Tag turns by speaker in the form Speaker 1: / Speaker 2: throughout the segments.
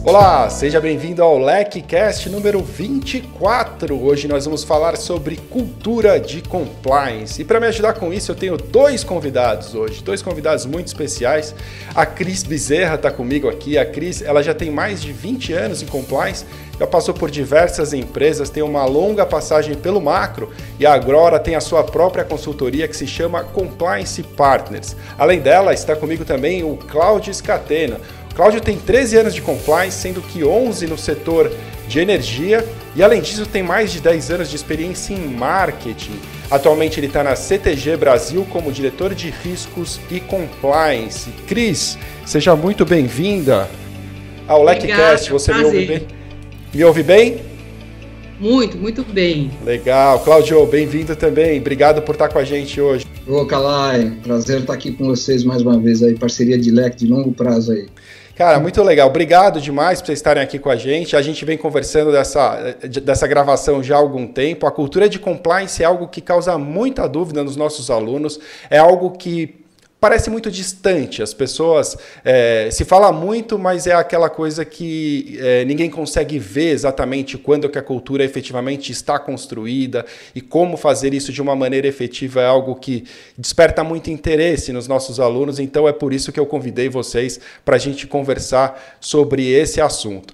Speaker 1: Olá, seja bem-vindo ao LecCast número 24. Hoje nós vamos falar sobre cultura de compliance. E para me ajudar com isso, eu tenho dois convidados hoje, dois convidados muito especiais. A Cris Bezerra está comigo aqui. A Cris, ela já tem mais de 20 anos em compliance, já passou por diversas empresas, tem uma longa passagem pelo macro e agora tem a sua própria consultoria que se chama Compliance Partners. Além dela, está comigo também o Cláudio Scatena. Cláudio tem 13 anos de compliance, sendo que 11 no setor de energia e, além disso, tem mais de 10 anos de experiência em marketing. Atualmente ele está na CTG Brasil como diretor de riscos e compliance. Cris, seja muito bem-vinda ao LecCast. Você me ouve bem? Me ouve bem?
Speaker 2: Muito bem.
Speaker 1: Legal. Cláudio, bem-vindo também. Obrigado por estar com a gente hoje.
Speaker 3: Ô, Calai, prazer estar aqui com vocês mais uma vez aí, parceria de LEC de longo prazo aí.
Speaker 1: Cara, muito legal. Obrigado demais por vocês estarem aqui com a gente. A gente vem conversando dessa gravação já há algum tempo. A cultura de compliance é algo que causa muita dúvida nos nossos alunos. É algo que parece muito distante. As pessoas se fala muito, mas é aquela coisa que ninguém consegue ver exatamente quando que a cultura efetivamente está construída e como fazer isso de uma maneira efetiva é algo que desperta muito interesse nos nossos alunos. Então é por isso que eu convidei vocês para a gente conversar sobre esse assunto.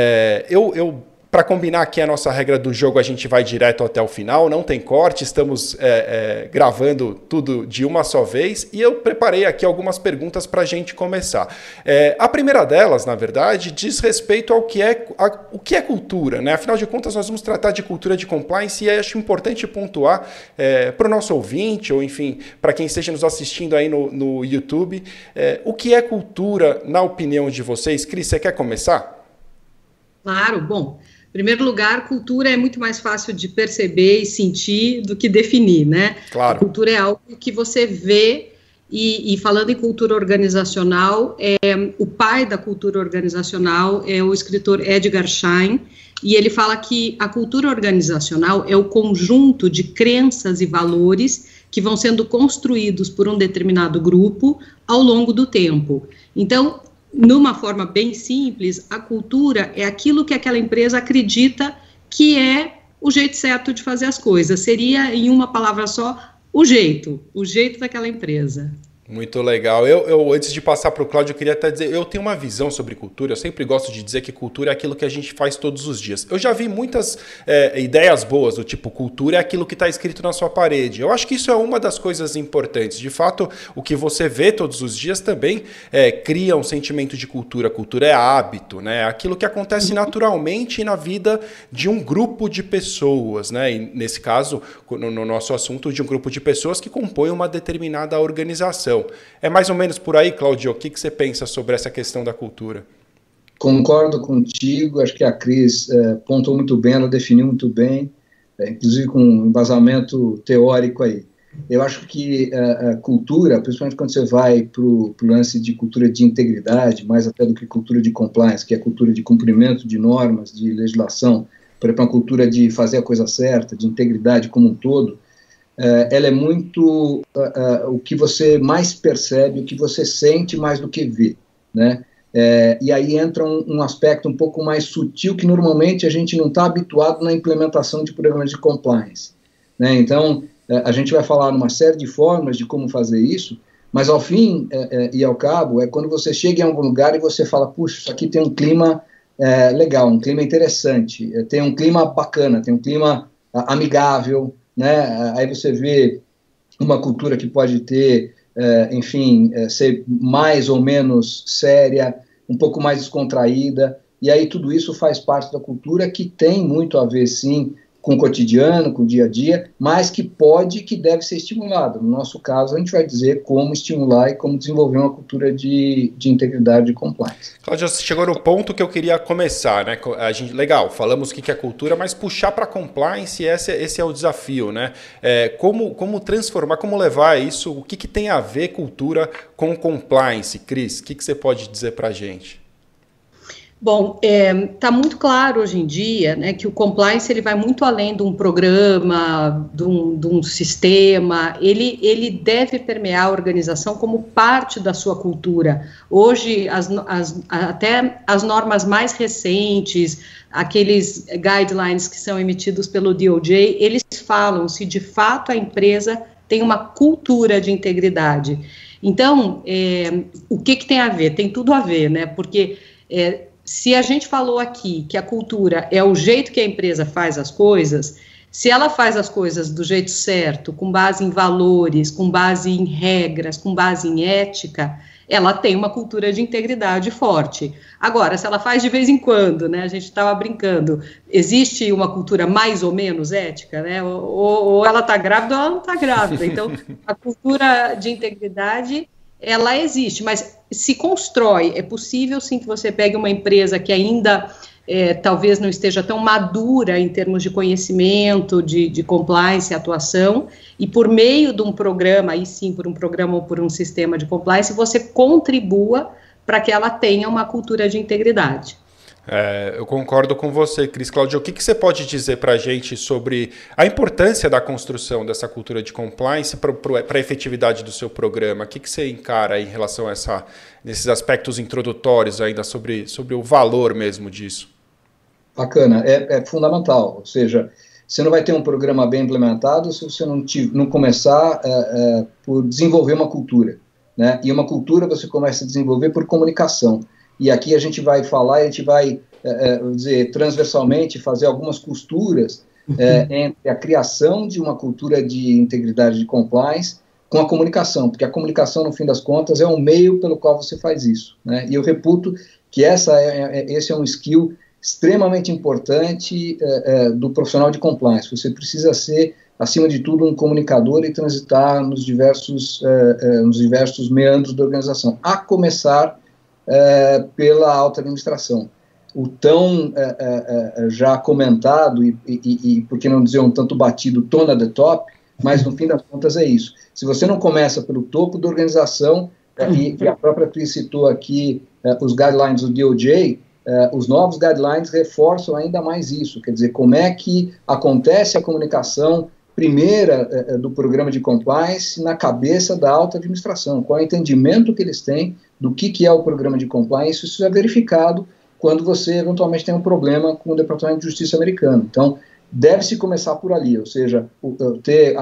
Speaker 1: Para combinar aqui a nossa regra do jogo, a gente vai direto até o final, não tem corte, estamos gravando tudo de uma só vez e eu preparei aqui algumas perguntas para a gente começar. A primeira delas, na verdade, diz respeito ao que é cultura, né? Afinal de contas, nós vamos tratar de cultura de compliance e acho importante pontuar para o nosso ouvinte, ou enfim, para quem esteja nos assistindo aí no YouTube, o que é cultura na opinião de vocês. Cris, você quer começar?
Speaker 2: Claro, bom. Em primeiro lugar, cultura é muito mais fácil de perceber e sentir do que definir, né?
Speaker 1: Claro.
Speaker 2: A cultura é algo que você vê e falando em cultura organizacional, o pai da cultura organizacional é o escritor Edgar Schein, e ele fala que a cultura organizacional é o conjunto de crenças e valores que vão sendo construídos por um determinado grupo ao longo do tempo. Então, numa forma bem simples, a cultura é aquilo que aquela empresa acredita que é o jeito certo de fazer as coisas. Seria, em uma palavra só, o jeito daquela empresa.
Speaker 1: Muito legal. Eu antes de passar para o Cláudio, eu queria até dizer, eu tenho uma visão sobre cultura, eu sempre gosto de dizer que cultura é aquilo que a gente faz todos os dias. Eu já vi muitas ideias boas, do tipo, cultura é aquilo que está escrito na sua parede. Eu acho que isso é uma das coisas importantes. De fato, o que você vê todos os dias também cria um sentimento de cultura. Cultura é hábito, né? Aquilo que acontece naturalmente na vida de um grupo de pessoas, né? E nesse caso, no nosso assunto, de um grupo de pessoas que compõem uma determinada organização. É mais ou menos por aí, Cláudio, o que você pensa sobre essa questão da cultura?
Speaker 3: Concordo contigo, acho que a Cris pontuou muito bem, ela definiu muito bem, inclusive com um embasamento teórico aí. Eu acho que a cultura, principalmente quando você vai para o lance de cultura de integridade, mais até do que cultura de compliance, que é a cultura de cumprimento de normas, de legislação, por exemplo, uma cultura de fazer a coisa certa, de integridade como um todo, ela é muito o que você mais percebe, o que você sente mais do que vê, né? E aí entra um aspecto um pouco mais sutil que normalmente a gente não está habituado na implementação de programas de compliance, né? Então, a gente vai falar numa série de formas de como fazer isso, mas ao fim e ao cabo é quando você chega em algum lugar e você fala, puxa, isso aqui tem um clima legal, um clima interessante, tem um clima bacana, tem um clima amigável, né? Aí você vê uma cultura que pode ter, ser mais ou menos séria, um pouco mais descontraída, e aí tudo isso faz parte da cultura que tem muito a ver, sim, com o cotidiano, com o dia a dia, mas que pode e que deve ser estimulado. No nosso caso, a gente vai dizer como estimular e como desenvolver uma cultura de integridade e compliance.
Speaker 1: Cláudio, você chegou no ponto que eu queria começar, né? Legal, falamos o que é cultura, mas puxar para compliance, esse é o desafio, né? Como transformar, como levar isso, o que tem a ver cultura com compliance? Cris, o que você pode dizer para a gente?
Speaker 2: Bom, está muito claro hoje em dia, né, que o compliance ele vai muito além de um programa, de um sistema, ele deve permear a organização como parte da sua cultura. Hoje, até as normas mais recentes, aqueles guidelines que são emitidos pelo DOJ, eles falam se de fato a empresa tem uma cultura de integridade. Então, o que tem a ver? Tem tudo a ver, né, porque se a gente falou aqui que a cultura é o jeito que a empresa faz as coisas, se ela faz as coisas do jeito certo, com base em valores, com base em regras, com base em ética, ela tem uma cultura de integridade forte. Agora, se ela faz de vez em quando, né, a gente estava brincando, existe uma cultura mais ou menos ética, né, ou ela está grávida ou ela não está grávida. Então, a cultura de integridade, ela existe, mas se constrói. É possível, sim, que você pegue uma empresa que ainda talvez não esteja tão madura em termos de conhecimento, de compliance e atuação, e por meio de um programa, aí sim, por um programa ou por um sistema de compliance, você contribua para que ela tenha uma cultura de integridade.
Speaker 1: Eu concordo com você, Cris. Cláudio, o que você pode dizer para a gente sobre a importância da construção dessa cultura de compliance para a efetividade do seu programa? O que você encara em relação a nesses aspectos introdutórios ainda sobre o valor mesmo disso?
Speaker 3: Bacana, é fundamental, ou seja, você não vai ter um programa bem implementado se você não começar por desenvolver uma cultura, né? E uma cultura você começa a desenvolver por comunicação. E aqui a gente vai falar, a gente vai dizer, transversalmente, fazer algumas costuras entre a criação de uma cultura de integridade de compliance com a comunicação, porque a comunicação, no fim das contas, é um meio pelo qual você faz isso, né? E eu reputo que esse é um skill extremamente importante do profissional de compliance. Você precisa ser, acima de tudo, um comunicador e transitar nos diversos meandros da organização, a começar pela alta administração. O tão já comentado e por que não dizer um tanto batido, tone at the top, mas no fim das contas é isso. Se você não começa pelo topo da organização, e a própria Cris citou aqui os guidelines do DOJ, os novos guidelines reforçam ainda mais isso, quer dizer, como é que acontece a comunicação primeira do programa de compliance na cabeça da alta administração, qual é o entendimento que eles têm do que é o programa de compliance. Isso é verificado quando você eventualmente tem um problema com o Departamento de Justiça americano. Então, deve-se começar por ali, ou seja, ter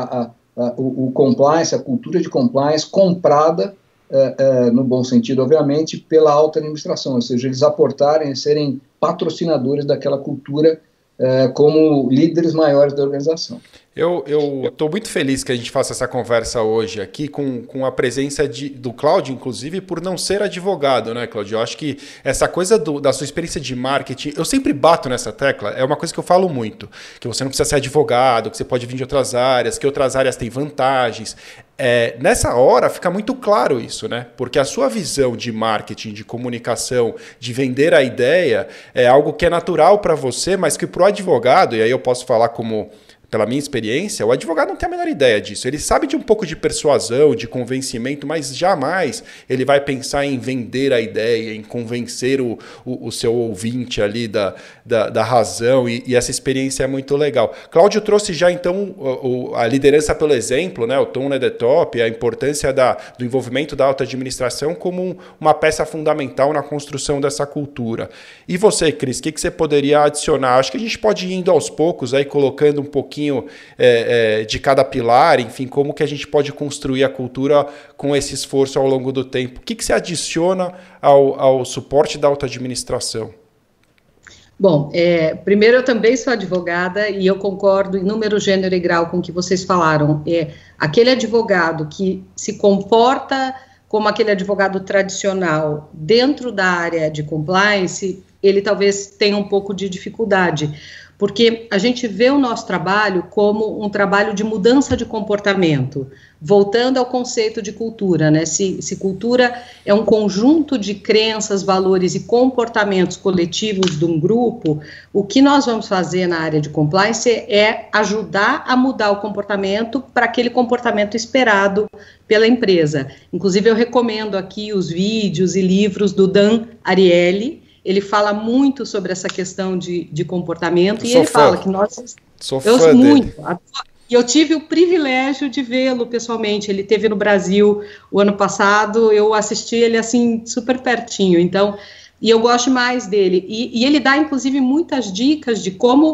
Speaker 3: o compliance, a cultura de compliance comprada, no bom sentido, obviamente, pela alta administração, ou seja, eles aportarem, serem patrocinadores daquela cultura como líderes maiores da organização.
Speaker 1: Eu estou muito feliz que a gente faça essa conversa hoje aqui com a presença do Cláudio, inclusive, por não ser advogado, né, Cláudio? Eu acho que essa coisa da sua experiência de marketing, eu sempre bato nessa tecla, é uma coisa que eu falo muito, que você não precisa ser advogado, que você pode vir de outras áreas, que outras áreas têm vantagens. Nessa hora fica muito claro isso, né? Porque a sua visão de marketing, de comunicação, de vender a ideia é algo que é natural para você, mas que para o advogado, e aí eu posso falar pela minha experiência, o advogado não tem a menor ideia disso. Ele sabe de um pouco de persuasão, de convencimento, mas jamais ele vai pensar em vender a ideia, em convencer o seu ouvinte ali da razão, e essa experiência é muito legal. Cláudio trouxe já, então, a liderança pelo exemplo, né, o tone at the top, a importância do envolvimento da alta administração como uma peça fundamental na construção dessa cultura. E você, Cris, o que você poderia adicionar? Acho que a gente pode ir indo aos poucos, aí colocando um pouquinho de cada pilar, enfim, como que a gente pode construir a cultura com esse esforço ao longo do tempo. O que você adiciona ao suporte da alta administração?
Speaker 2: Bom, primeiro eu também sou advogada e eu concordo em número, gênero e grau com o que vocês falaram. Aquele advogado que se comporta como aquele advogado tradicional dentro da área de compliance, ele talvez tenha um pouco de dificuldade, porque a gente vê o nosso trabalho como um trabalho de mudança de comportamento, voltando ao conceito de cultura, né? Se cultura é um conjunto de crenças, valores e comportamentos coletivos de um grupo, o que nós vamos fazer na área de compliance é ajudar a mudar o comportamento para aquele comportamento esperado pela empresa. Inclusive, eu recomendo aqui os vídeos e livros do Dan Ariely, ele fala muito sobre essa questão de comportamento, e ele
Speaker 1: fã.
Speaker 2: fala que nós...
Speaker 1: Sou fã dele.
Speaker 2: E eu tive o privilégio de vê-lo pessoalmente. Ele esteve no Brasil o ano passado, eu assisti ele assim super pertinho. Então, e eu gosto mais dele. E ele dá inclusive muitas dicas de como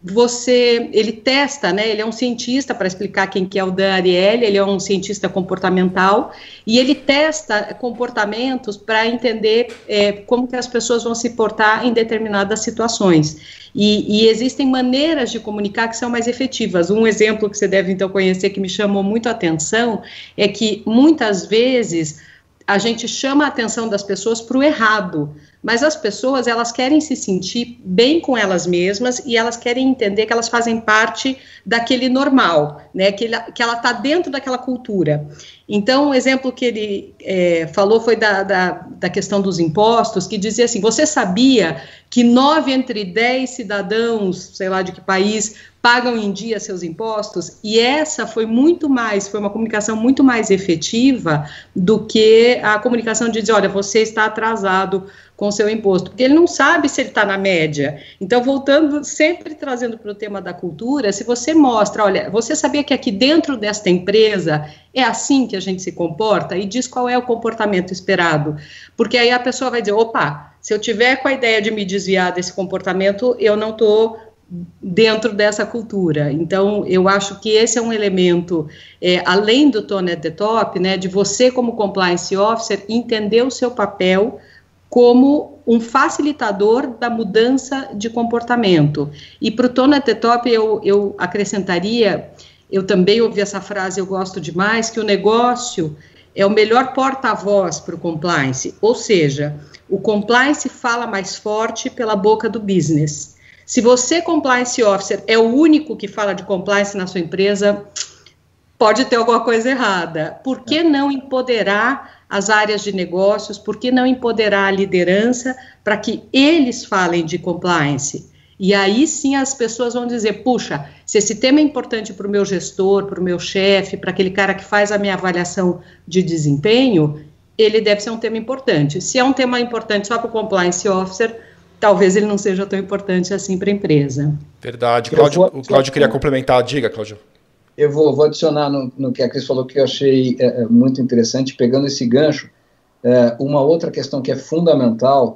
Speaker 2: ele testa, né? Ele é um cientista, para explicar quem que é o Dan Ariely, ele é um cientista comportamental, e ele testa comportamentos para entender como que as pessoas vão se portar em determinadas situações. E existem maneiras de comunicar que são mais efetivas. Um exemplo que você deve então conhecer, que me chamou muito a atenção, é que muitas vezes a gente chama a atenção das pessoas para o errado, mas as pessoas, elas querem se sentir bem com elas mesmas e elas querem entender que elas fazem parte daquele normal, né, que ela está dentro daquela cultura. Então, um exemplo que ele falou foi da questão dos impostos, que dizia assim: você sabia que 9 entre 10 cidadãos, sei lá de que país, pagam em dia seus impostos? E essa foi uma comunicação muito mais efetiva do que a comunicação de dizer, olha, você está atrasado com o seu imposto, porque ele não sabe se ele está na média. Então, voltando, sempre trazendo para o tema da cultura, se você mostra, olha, você sabia que aqui dentro desta empresa é assim que a gente se comporta, e diz qual é o comportamento esperado, porque aí a pessoa vai dizer, opa, se eu tiver com a ideia de me desviar desse comportamento, eu não estou dentro dessa cultura. Então, eu acho que esse é um elemento, além do Tone at the Top, né, de você como Compliance Officer entender o seu papel como um facilitador da mudança de comportamento. E para o Tone at the Top eu acrescentaria, eu também ouvi essa frase, eu gosto demais, que o negócio é o melhor porta-voz para o compliance, ou seja, o compliance fala mais forte pela boca do business. Se você, compliance officer, é o único que fala de compliance na sua empresa, pode ter alguma coisa errada. Por que não empoderar as áreas de negócios? Por que não empoderar a liderança para que eles falem de compliance? E aí sim as pessoas vão dizer, puxa, se esse tema é importante para o meu gestor, para o meu chefe, para aquele cara que faz a minha avaliação de desempenho, ele deve ser um tema importante. Se é um tema importante só para o compliance officer, talvez ele não seja tão importante assim para a empresa.
Speaker 1: Verdade. O Cláudio queria complementar. Diga, Cláudio.
Speaker 3: Eu vou adicionar no que a Cris falou, que eu achei muito interessante, pegando esse gancho. Uma outra questão que é fundamental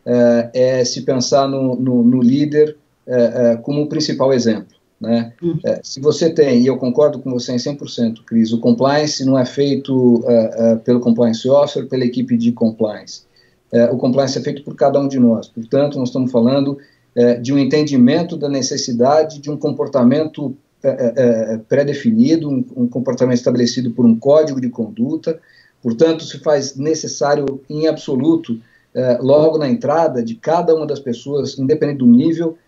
Speaker 3: é se pensar no líder como o principal exemplo, né? Se você tem, e eu concordo com você em 100%, Cris, o compliance não é feito pelo compliance officer, pela equipe de compliance. O compliance é feito por cada um de nós. Portanto, nós estamos falando de um entendimento da necessidade de um comportamento pré-definido, um comportamento estabelecido por um código de conduta. Portanto, se faz necessário, em absoluto, logo na entrada de cada uma das pessoas, independente do nível,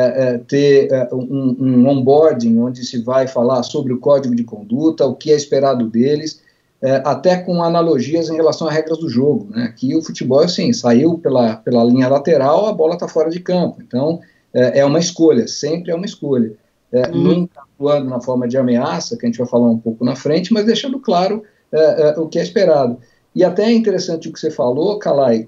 Speaker 3: ter um onboarding, onde se vai falar sobre o código de conduta, o que é esperado deles, até com analogias em relação a regras do jogo, né? Aqui o futebol, assim, saiu pela linha lateral, a bola está fora de campo. Então, é uma escolha, sempre é uma escolha. Nunca atuando na forma de ameaça, que a gente vai falar um pouco na frente, mas deixando claro o que é esperado. E até é interessante o que você falou, Kalai,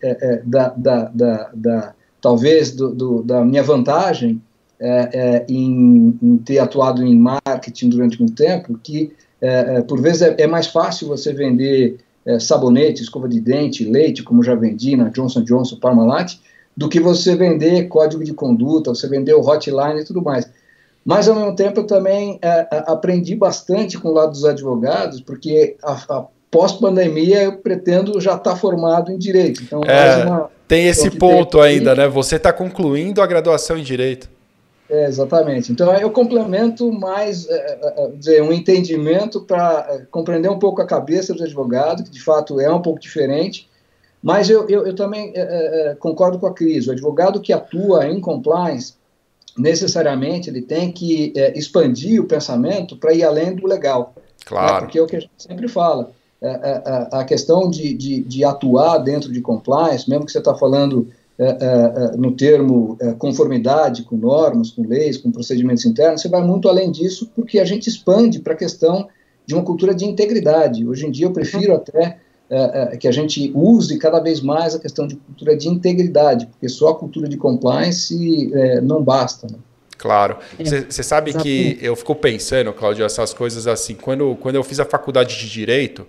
Speaker 3: talvez da minha vantagem em ter atuado em marketing durante muito tempo, que por vezes é mais fácil você vender sabonete, escova de dente, leite, como já vendi na Johnson & Johnson, Parmalat, do que você vender código de conduta, você vender o hotline e tudo mais. Mas, ao mesmo tempo, eu também aprendi bastante com o lado dos advogados, porque pós-pandemia eu pretendo já estar formado em Direito. Então,
Speaker 1: tem esse ponto ainda, né? Você está concluindo a graduação em Direito.
Speaker 3: Exatamente. Então, eu complemento mais um entendimento para compreender um pouco a cabeça dos advogados, que de fato é um pouco diferente, mas eu também concordo com a Cris. O advogado que atua em compliance, necessariamente, ele tem que expandir o pensamento para ir além do legal.
Speaker 1: Claro.
Speaker 3: Né? Porque é o que a gente sempre fala. A questão de atuar dentro de compliance, mesmo que você está falando no termo conformidade com normas, com leis, com procedimentos internos, você vai muito além disso, porque a gente expande para a questão de uma cultura de integridade. Hoje em dia eu prefiro até que a gente use cada vez mais a questão de cultura de integridade, porque só a cultura de compliance não basta, né?
Speaker 1: Claro. Você sabe que eu fico pensando, Cláudio, essas coisas assim, quando eu fiz a faculdade de Direito,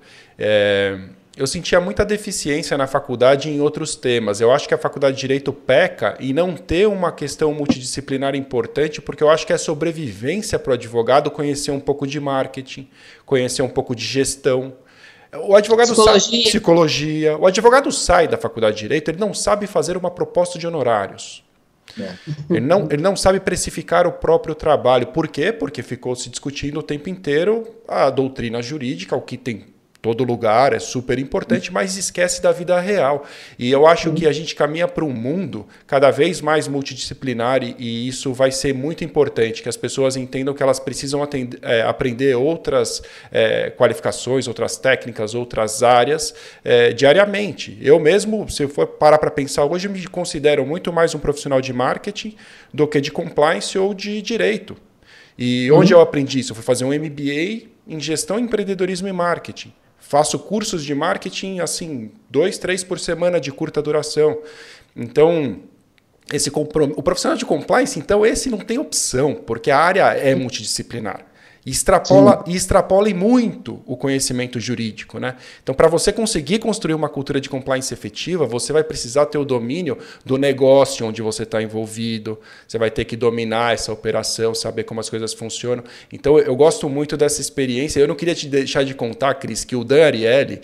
Speaker 1: eu sentia muita deficiência na faculdade em outros temas. Eu acho que a faculdade de Direito peca em não ter uma questão multidisciplinar importante, porque eu acho que é sobrevivência para o advogado conhecer um pouco de marketing, conhecer um pouco de gestão. O advogado sabe psicologia. O advogado sai da faculdade de Direito, ele não sabe fazer uma proposta de honorários. Ele não sabe precificar o próprio trabalho. Por quê? Porque ficou se discutindo o tempo inteiro a doutrina jurídica, o que tem todo lugar, é super importante, mas esquece da vida real. E eu acho que a gente caminha para um mundo cada vez mais multidisciplinar e isso vai ser muito importante, que as pessoas entendam que elas precisam aprender outras qualificações, outras técnicas, outras áreas diariamente. Eu mesmo, se eu for parar para pensar, hoje me considero muito mais um profissional de marketing do que de compliance ou de direito. E onde eu aprendi isso? Eu fui fazer um MBA em gestão, empreendedorismo e marketing. Faço cursos de marketing, assim, 2, 3 por semana de curta duração. Então, o profissional de compliance, então, esse não tem opção, porque a área é multidisciplinar. E extrapola muito o conhecimento jurídico, né? Então, para você conseguir construir uma cultura de compliance efetiva, você vai precisar ter o domínio do negócio onde você está envolvido, você vai ter que dominar essa operação, saber como as coisas funcionam. Então, eu gosto muito dessa experiência. Eu não queria te deixar de contar, Cris, que o Dan Ariely,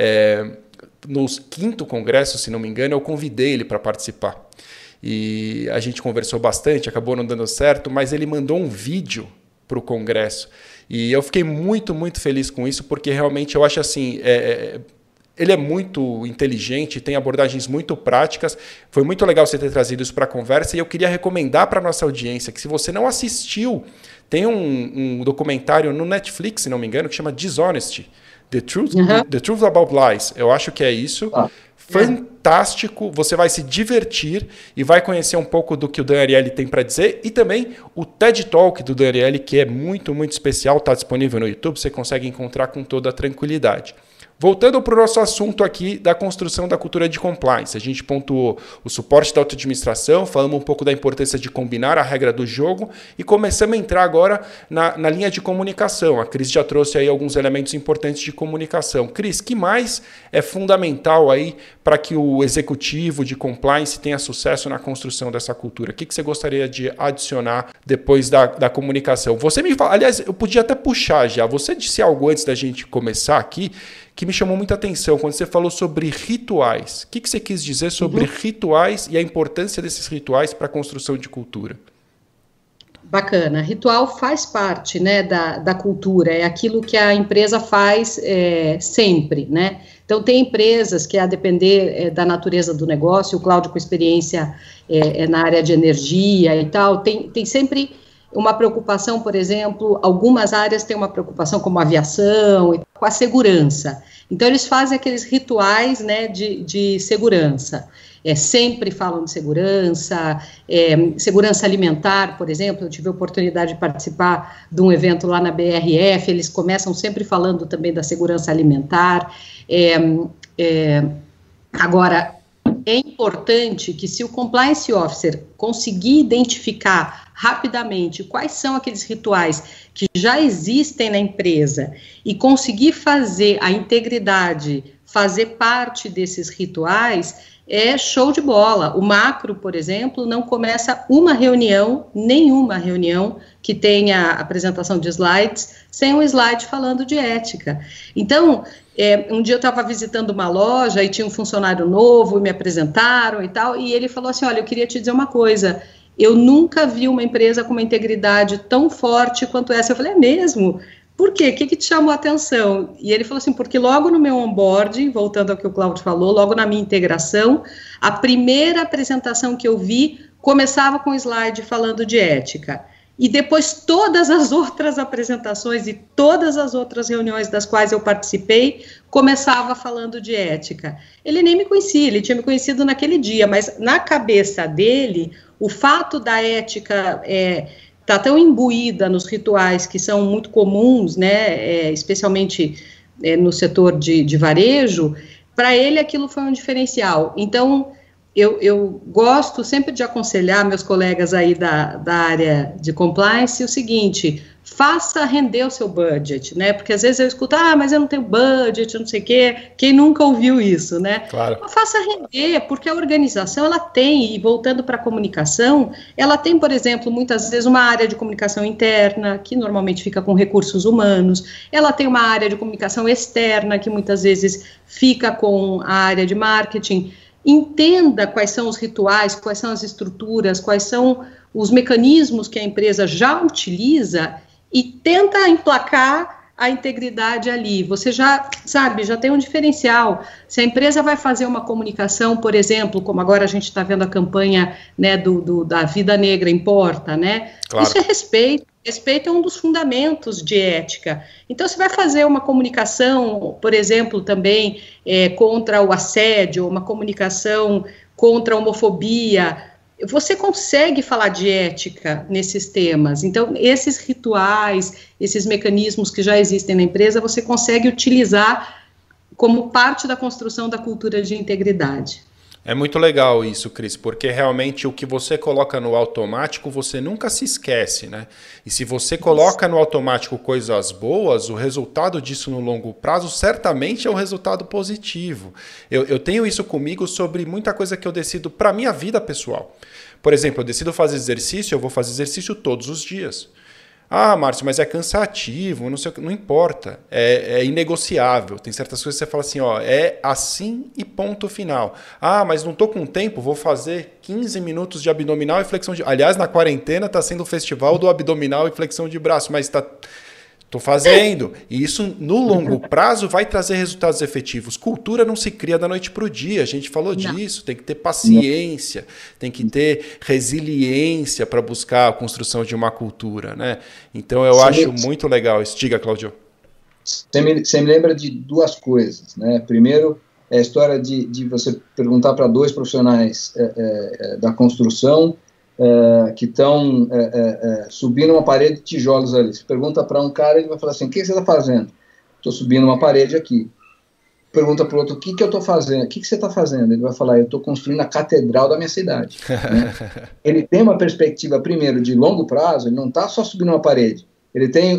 Speaker 1: no 5º congresso, se não me engano, eu convidei ele para participar. E a gente conversou bastante, acabou não dando certo, mas ele mandou um vídeo para o Congresso. E eu fiquei muito, muito feliz com isso, porque realmente eu acho assim, ele é muito inteligente, tem abordagens muito práticas. Foi muito legal você ter trazido isso para a conversa e eu queria recomendar para a nossa audiência que se você não assistiu, tem um documentário no Netflix, se não me engano, que chama Dishonesty, The Truth About Lies. Eu acho que é isso. Fantástico, você vai se divertir e vai conhecer um pouco do que o Dan Ariely tem para dizer e também o TED Talk do Dan Ariely, que é muito, muito especial, está disponível no YouTube, você consegue encontrar com toda a tranquilidade. Voltando para o nosso assunto aqui da construção da cultura de compliance, a gente pontuou o suporte da auto-administração, falamos um pouco da importância de combinar a regra do jogo e começamos a entrar agora na linha de comunicação. A Cris já trouxe aí alguns elementos importantes de comunicação. Cris, que mais é fundamental aí para que o executivo de compliance tenha sucesso na construção dessa cultura? O que você gostaria de adicionar depois da comunicação? Você me fala, aliás, eu podia até puxar já, você disse algo antes da gente começar aqui, que me chamou muita atenção, quando você falou sobre rituais. O que você quis dizer sobre rituais e a importância desses rituais para a construção de cultura?
Speaker 2: Bacana. Ritual faz parte, né, da cultura, é aquilo que a empresa faz sempre, né? Então, tem empresas que, a depender da natureza do negócio, o Cláudio com experiência na área de energia e tal, tem sempre uma preocupação, por exemplo, algumas áreas têm uma preocupação como a aviação, com a segurança. Então, eles fazem aqueles rituais, né, de segurança. Sempre falam de segurança, segurança alimentar, por exemplo. Eu tive a oportunidade de participar de um evento lá na BRF, eles começam sempre falando também da segurança alimentar. Agora, é importante que, se o Compliance Officer conseguir identificar rapidamente quais são aqueles rituais que já existem na empresa e conseguir fazer a integridade, fazer parte desses rituais, é show de bola. O macro, por exemplo, não começa nenhuma reunião que tenha apresentação de slides, sem um slide falando de ética. Então, um dia eu estava visitando uma loja e tinha um funcionário novo e me apresentaram e tal, e ele falou assim, olha, eu queria te dizer uma coisa, eu nunca vi uma empresa com uma integridade tão forte quanto essa. Eu falei, é mesmo? Por quê? O que te chamou a atenção? E ele falou assim, porque logo no meu onboarding, voltando ao que o Cláudio falou, logo na minha integração, a primeira apresentação que eu vi começava com um slide falando de ética. E depois todas as outras apresentações e todas as outras reuniões das quais eu participei, começava falando de ética. Ele nem me conhecia, ele tinha me conhecido naquele dia, mas na cabeça dele, o fato da ética está tão imbuída nos rituais que são muito comuns, né, especialmente no setor de varejo, para ele aquilo foi um diferencial. Então, eu gosto sempre de aconselhar meus colegas aí da área de compliance o seguinte: faça render o seu budget, né? Porque às vezes eu escuto, mas eu não tenho budget, não sei o quê. Quem nunca ouviu isso, né?
Speaker 1: Claro.
Speaker 2: Então, faça render, porque a organização, ela tem, e voltando para a comunicação, ela tem, por exemplo, muitas vezes uma área de comunicação interna, que normalmente fica com recursos humanos, ela tem uma área de comunicação externa, que muitas vezes fica com a área de marketing. Entenda quais são os rituais, quais são as estruturas, quais são os mecanismos que a empresa já utiliza e tenta emplacar a integridade ali. Você já sabe, já tem um diferencial. Se a empresa vai fazer uma comunicação, por exemplo, como agora a gente está vendo a campanha, né, da Vida Negra Importa, né?
Speaker 1: Claro.
Speaker 2: Isso é respeito. Respeito é um dos fundamentos de ética. Então, você vai fazer uma comunicação, por exemplo, também contra o assédio, uma comunicação contra a homofobia, você consegue falar de ética nesses temas. Então, esses rituais, esses mecanismos que já existem na empresa, você consegue utilizar como parte da construção da cultura de integridade.
Speaker 1: É muito legal isso, Cris, porque realmente o que você coloca no automático, você nunca se esquece, né? E se você coloca no automático coisas boas, o resultado disso no longo prazo certamente é um resultado positivo. Eu tenho isso comigo sobre muita coisa que eu decido para a minha vida pessoal. Por exemplo, eu decido fazer exercício, eu vou fazer exercício todos os dias. Márcio, mas é cansativo, não sei o que, não importa, é inegociável. Tem certas coisas que você fala assim, é assim e ponto final. Mas não estou com tempo, vou fazer 15 minutos de abdominal e flexão de... Aliás, na quarentena está sendo o festival do abdominal e flexão de braço, mas estou fazendo. E isso, no longo prazo, vai trazer resultados efetivos. Cultura não se cria da noite para o dia. A gente falou disso. Tem que ter paciência, tem que ter resiliência para buscar a construção de uma cultura, né? Então, eu acho muito legal isso. Diga, Cláudio.
Speaker 3: Você me lembra de duas coisas, né? Primeiro, é a história de você perguntar para dois profissionais da construção que estão subindo uma parede de tijolos ali. Você pergunta para um cara, ele vai falar assim: o que você está fazendo? Estou subindo uma parede aqui. Pergunta para o outro: o que eu estou fazendo? O que você está fazendo? Ele vai falar: eu estou construindo a catedral da minha cidade. Né? Ele tem uma perspectiva, primeiro, de longo prazo. Ele não está só subindo uma parede. Ele tem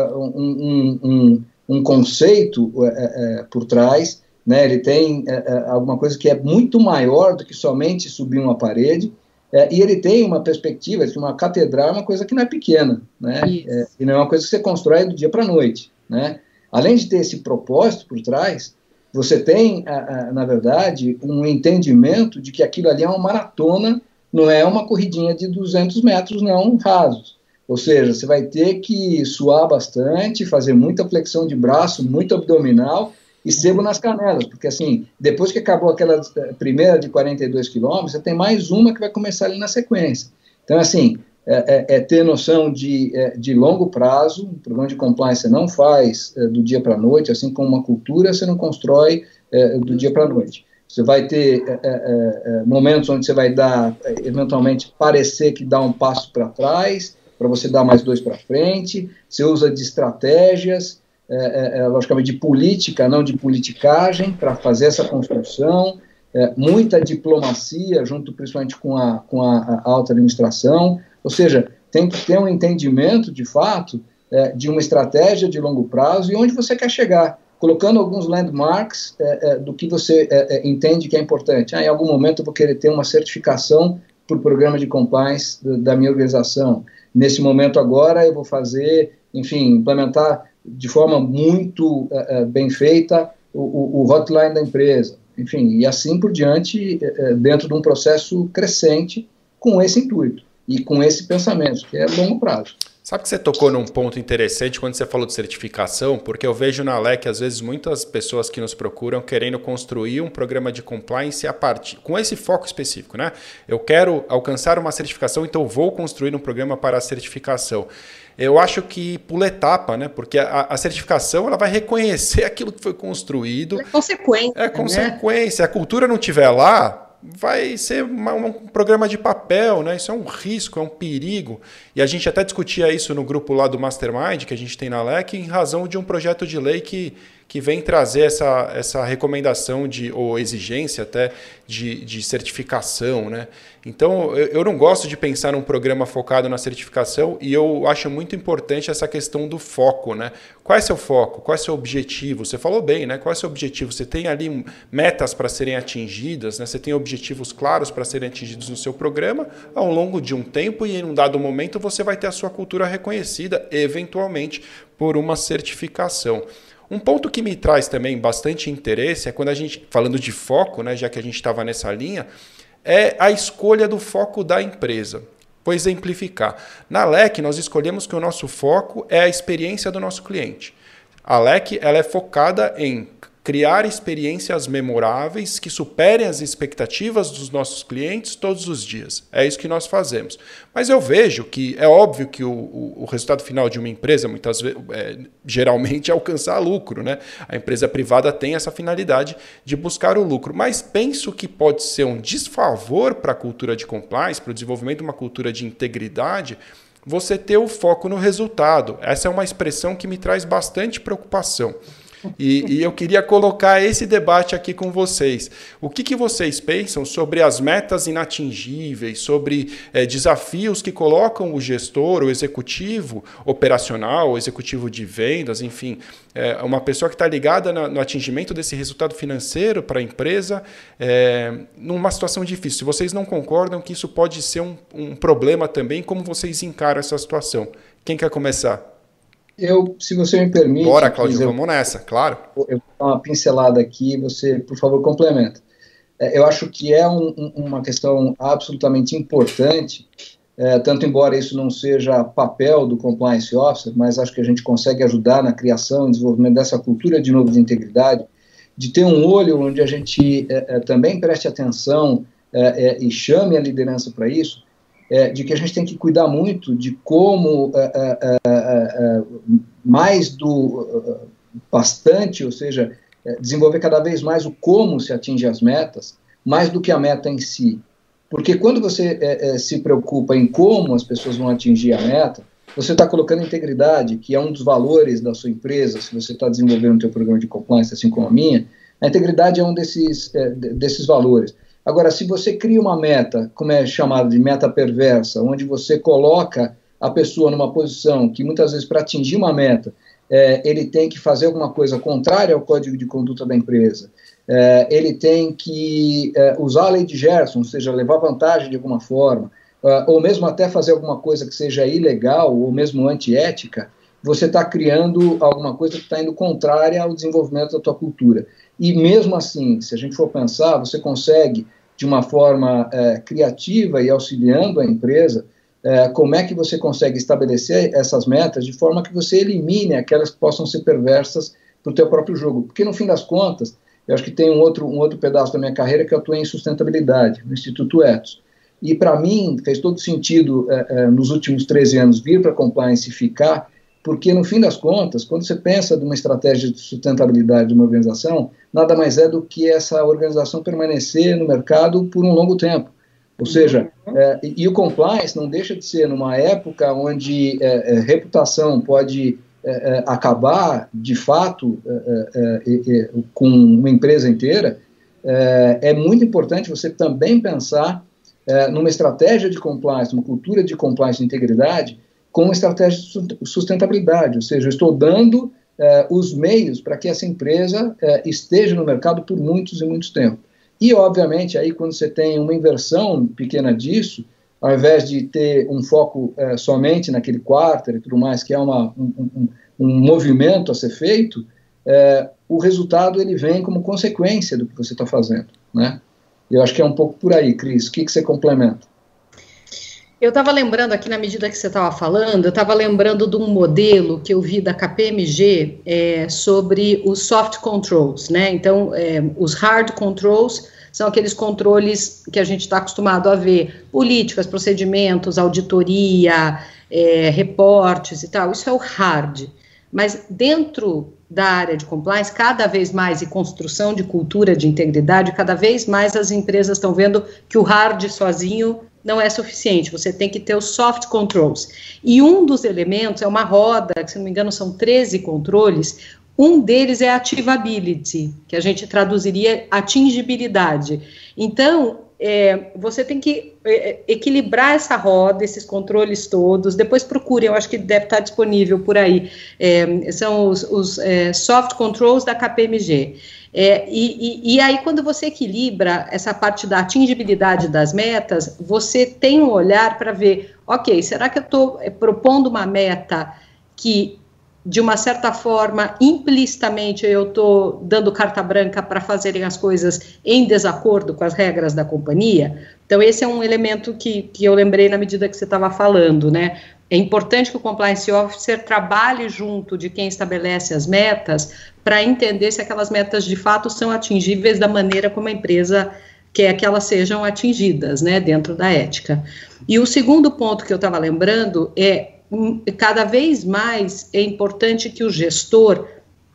Speaker 3: um conceito por trás, né? Ele tem alguma coisa que é muito maior do que somente subir uma parede. E ele tem uma perspectiva de uma catedral é uma coisa que não é pequena, né? E não é uma coisa que você constrói do dia para a noite, né? Além de ter esse propósito por trás, você tem, na verdade, um entendimento de que aquilo ali é uma maratona, não é uma corridinha de 200 metros, não, rasos. Ou seja, você vai ter que suar bastante, fazer muita flexão de braço, muito abdominal, e sebo nas canelas, porque assim, depois que acabou aquela primeira de 42 quilômetros, você tem mais uma que vai começar ali na sequência. Então, assim, ter noção de longo prazo. Um programa de compliance você não faz do dia para a noite, assim como uma cultura você não constrói do dia para a noite. Você vai ter momentos onde você vai dar, eventualmente, parecer que dá um passo para trás, para você dar mais dois para frente, você usa de estratégias, logicamente de política, não de politicagem, para fazer essa construção, muita diplomacia, junto principalmente com a alta administração, ou seja, tem que ter um entendimento, de fato, de uma estratégia de longo prazo e onde você quer chegar, colocando alguns landmarks do que você entende que é importante. Em algum momento eu vou querer ter uma certificação por programa de compliance da minha organização. Nesse momento agora eu vou fazer, enfim, implementar de forma muito bem feita o hotline da empresa, enfim, e assim por diante, dentro de um processo crescente com esse intuito e com esse pensamento, que é longo prazo.
Speaker 1: Sabe que você tocou num ponto interessante quando você falou de certificação, porque eu vejo na LEC, às vezes, muitas pessoas que nos procuram querendo construir um programa de compliance com esse foco específico, né? Eu quero alcançar uma certificação, então vou construir um programa para a certificação. Eu acho que pula etapa, né? Porque a certificação ela vai reconhecer aquilo que foi construído.
Speaker 2: É consequência.
Speaker 1: É consequência. Se a cultura não estiver lá, vai ser um programa de papel, né? Isso é um risco, é um perigo. E a gente até discutia isso no grupo lá do Mastermind, que a gente tem na LEC, em razão de um projeto de lei que que vem trazer essa recomendação ou exigência até de certificação, né? Então, eu não gosto de pensar num programa focado na certificação e eu acho muito importante essa questão do foco, né? Qual é seu foco? Qual é seu objetivo? Você falou bem, né? Qual é seu objetivo? Você tem ali metas para serem atingidas, né? Você tem objetivos claros para serem atingidos no seu programa ao longo de um tempo e em um dado momento você vai ter a sua cultura reconhecida, eventualmente, por uma certificação. Um ponto que me traz também bastante interesse é quando a gente, falando de foco, né, já que a gente estava nessa linha, é a escolha do foco da empresa. Vou exemplificar. Na LEC, nós escolhemos que o nosso foco é a experiência do nosso cliente. A LEC ela é focada em criar experiências memoráveis que superem as expectativas dos nossos clientes todos os dias. É isso que nós fazemos. Mas eu vejo que é óbvio que o resultado final de uma empresa, muitas vezes, geralmente, é alcançar lucro, né? A empresa privada tem essa finalidade de buscar o lucro. Mas penso que pode ser um desfavor para a cultura de compliance, para o desenvolvimento de uma cultura de integridade, você ter o foco no resultado. Essa é uma expressão que me traz bastante preocupação. E eu queria colocar esse debate aqui com vocês. O que vocês pensam sobre as metas inatingíveis, sobre desafios que colocam o gestor, o executivo operacional, o executivo de vendas, enfim, uma pessoa que está ligada no atingimento desse resultado financeiro para a empresa, numa situação difícil. Se vocês não concordam que isso pode ser um problema também, como vocês encaram essa situação? Quem quer começar?
Speaker 3: Se você me permite...
Speaker 1: Bora, Cláudio, vamos nessa, claro.
Speaker 3: Eu vou dar uma pincelada aqui, você, por favor, complementa. Eu acho que é uma questão absolutamente importante, tanto embora isso não seja papel do Compliance Officer, mas acho que a gente consegue ajudar na criação e desenvolvimento dessa cultura, de novo, de integridade, de ter um olho onde a gente também preste atenção e chame a liderança para isso, de que a gente tem que cuidar muito de como bastante, ou seja, desenvolver cada vez mais o como se atinge as metas, mais do que a meta em si. Porque quando você se preocupa em como as pessoas vão atingir a meta, você está colocando integridade, que é um dos valores da sua empresa, se você está desenvolvendo o seu programa de compliance, assim como a minha, a integridade é um desses valores. Agora, se você cria uma meta, como é chamada de meta perversa, onde você coloca a pessoa numa posição que muitas vezes para atingir uma meta, ele tem que fazer alguma coisa contrária ao código de conduta da empresa, ele tem que usar a lei de Gerson, ou seja, levar vantagem de alguma forma, ou mesmo até fazer alguma coisa que seja ilegal ou mesmo antiética, você está criando alguma coisa que está indo contrária ao desenvolvimento da tua cultura. E mesmo assim, se a gente for pensar, você consegue, de uma forma criativa e auxiliando a empresa, como é que você consegue estabelecer essas metas de forma que você elimine aquelas que possam ser perversas para o teu próprio jogo. Porque, no fim das contas, eu acho que tem um outro pedaço da minha carreira que eu atuei em sustentabilidade, no Instituto Ethos. E, para mim, fez todo sentido, nos últimos 13 anos, vir para a compliance e ficar, porque, no fim das contas, quando você pensa numa estratégia de sustentabilidade de uma organização, nada mais é do que essa organização permanecer no mercado por um longo tempo. Ou seja, e o compliance não deixa de ser, numa época onde reputação pode acabar, de fato, com uma empresa inteira, é muito importante você também pensar numa estratégia de compliance, uma cultura de compliance de integridade, com uma estratégia de sustentabilidade, ou seja, eu estou dando os meios para que essa empresa esteja no mercado por muitos e muitos tempos. E, obviamente, aí quando você tem uma inversão pequena disso, ao invés de ter um foco somente naquele quarter e tudo mais, que é um movimento a ser feito, o resultado ele vem como consequência do que você está fazendo, né? Eu acho que é um pouco por aí, Cris. O que você complementa?
Speaker 2: Eu estava lembrando aqui, na medida que você estava falando, eu estava lembrando de um modelo que eu vi da KPMG sobre os soft controls, né? Então, os hard controls são aqueles controles que a gente está acostumado a ver, políticas, procedimentos, auditoria, reportes e tal, isso é o hard. Mas dentro da área de compliance, cada vez mais, e construção de cultura de integridade, cada vez mais as empresas estão vendo que o hard sozinho não é suficiente, você tem que ter os soft controls. E um dos elementos é uma roda, que se não me engano são 13 controles, Um deles é achievability, que a gente traduziria atingibilidade. Então, você tem que equilibrar essa roda, esses controles todos. Depois procurem, eu acho que deve estar disponível por aí. São os soft controls da KPMG. E aí, quando você equilibra essa parte da atingibilidade das metas, você tem um olhar para ver, ok, será que eu estou propondo uma meta que, de uma certa forma, implicitamente eu estou dando carta branca para fazerem as coisas em desacordo com as regras da companhia? Então, esse é um elemento que eu lembrei na medida que você estava falando, né? É importante que o Compliance Officer trabalhe junto de quem estabelece as metas para entender se aquelas metas de fato são atingíveis da maneira como a empresa quer que elas sejam atingidas, né, dentro da ética. E o segundo ponto que eu estava lembrando cada vez mais é importante que o gestor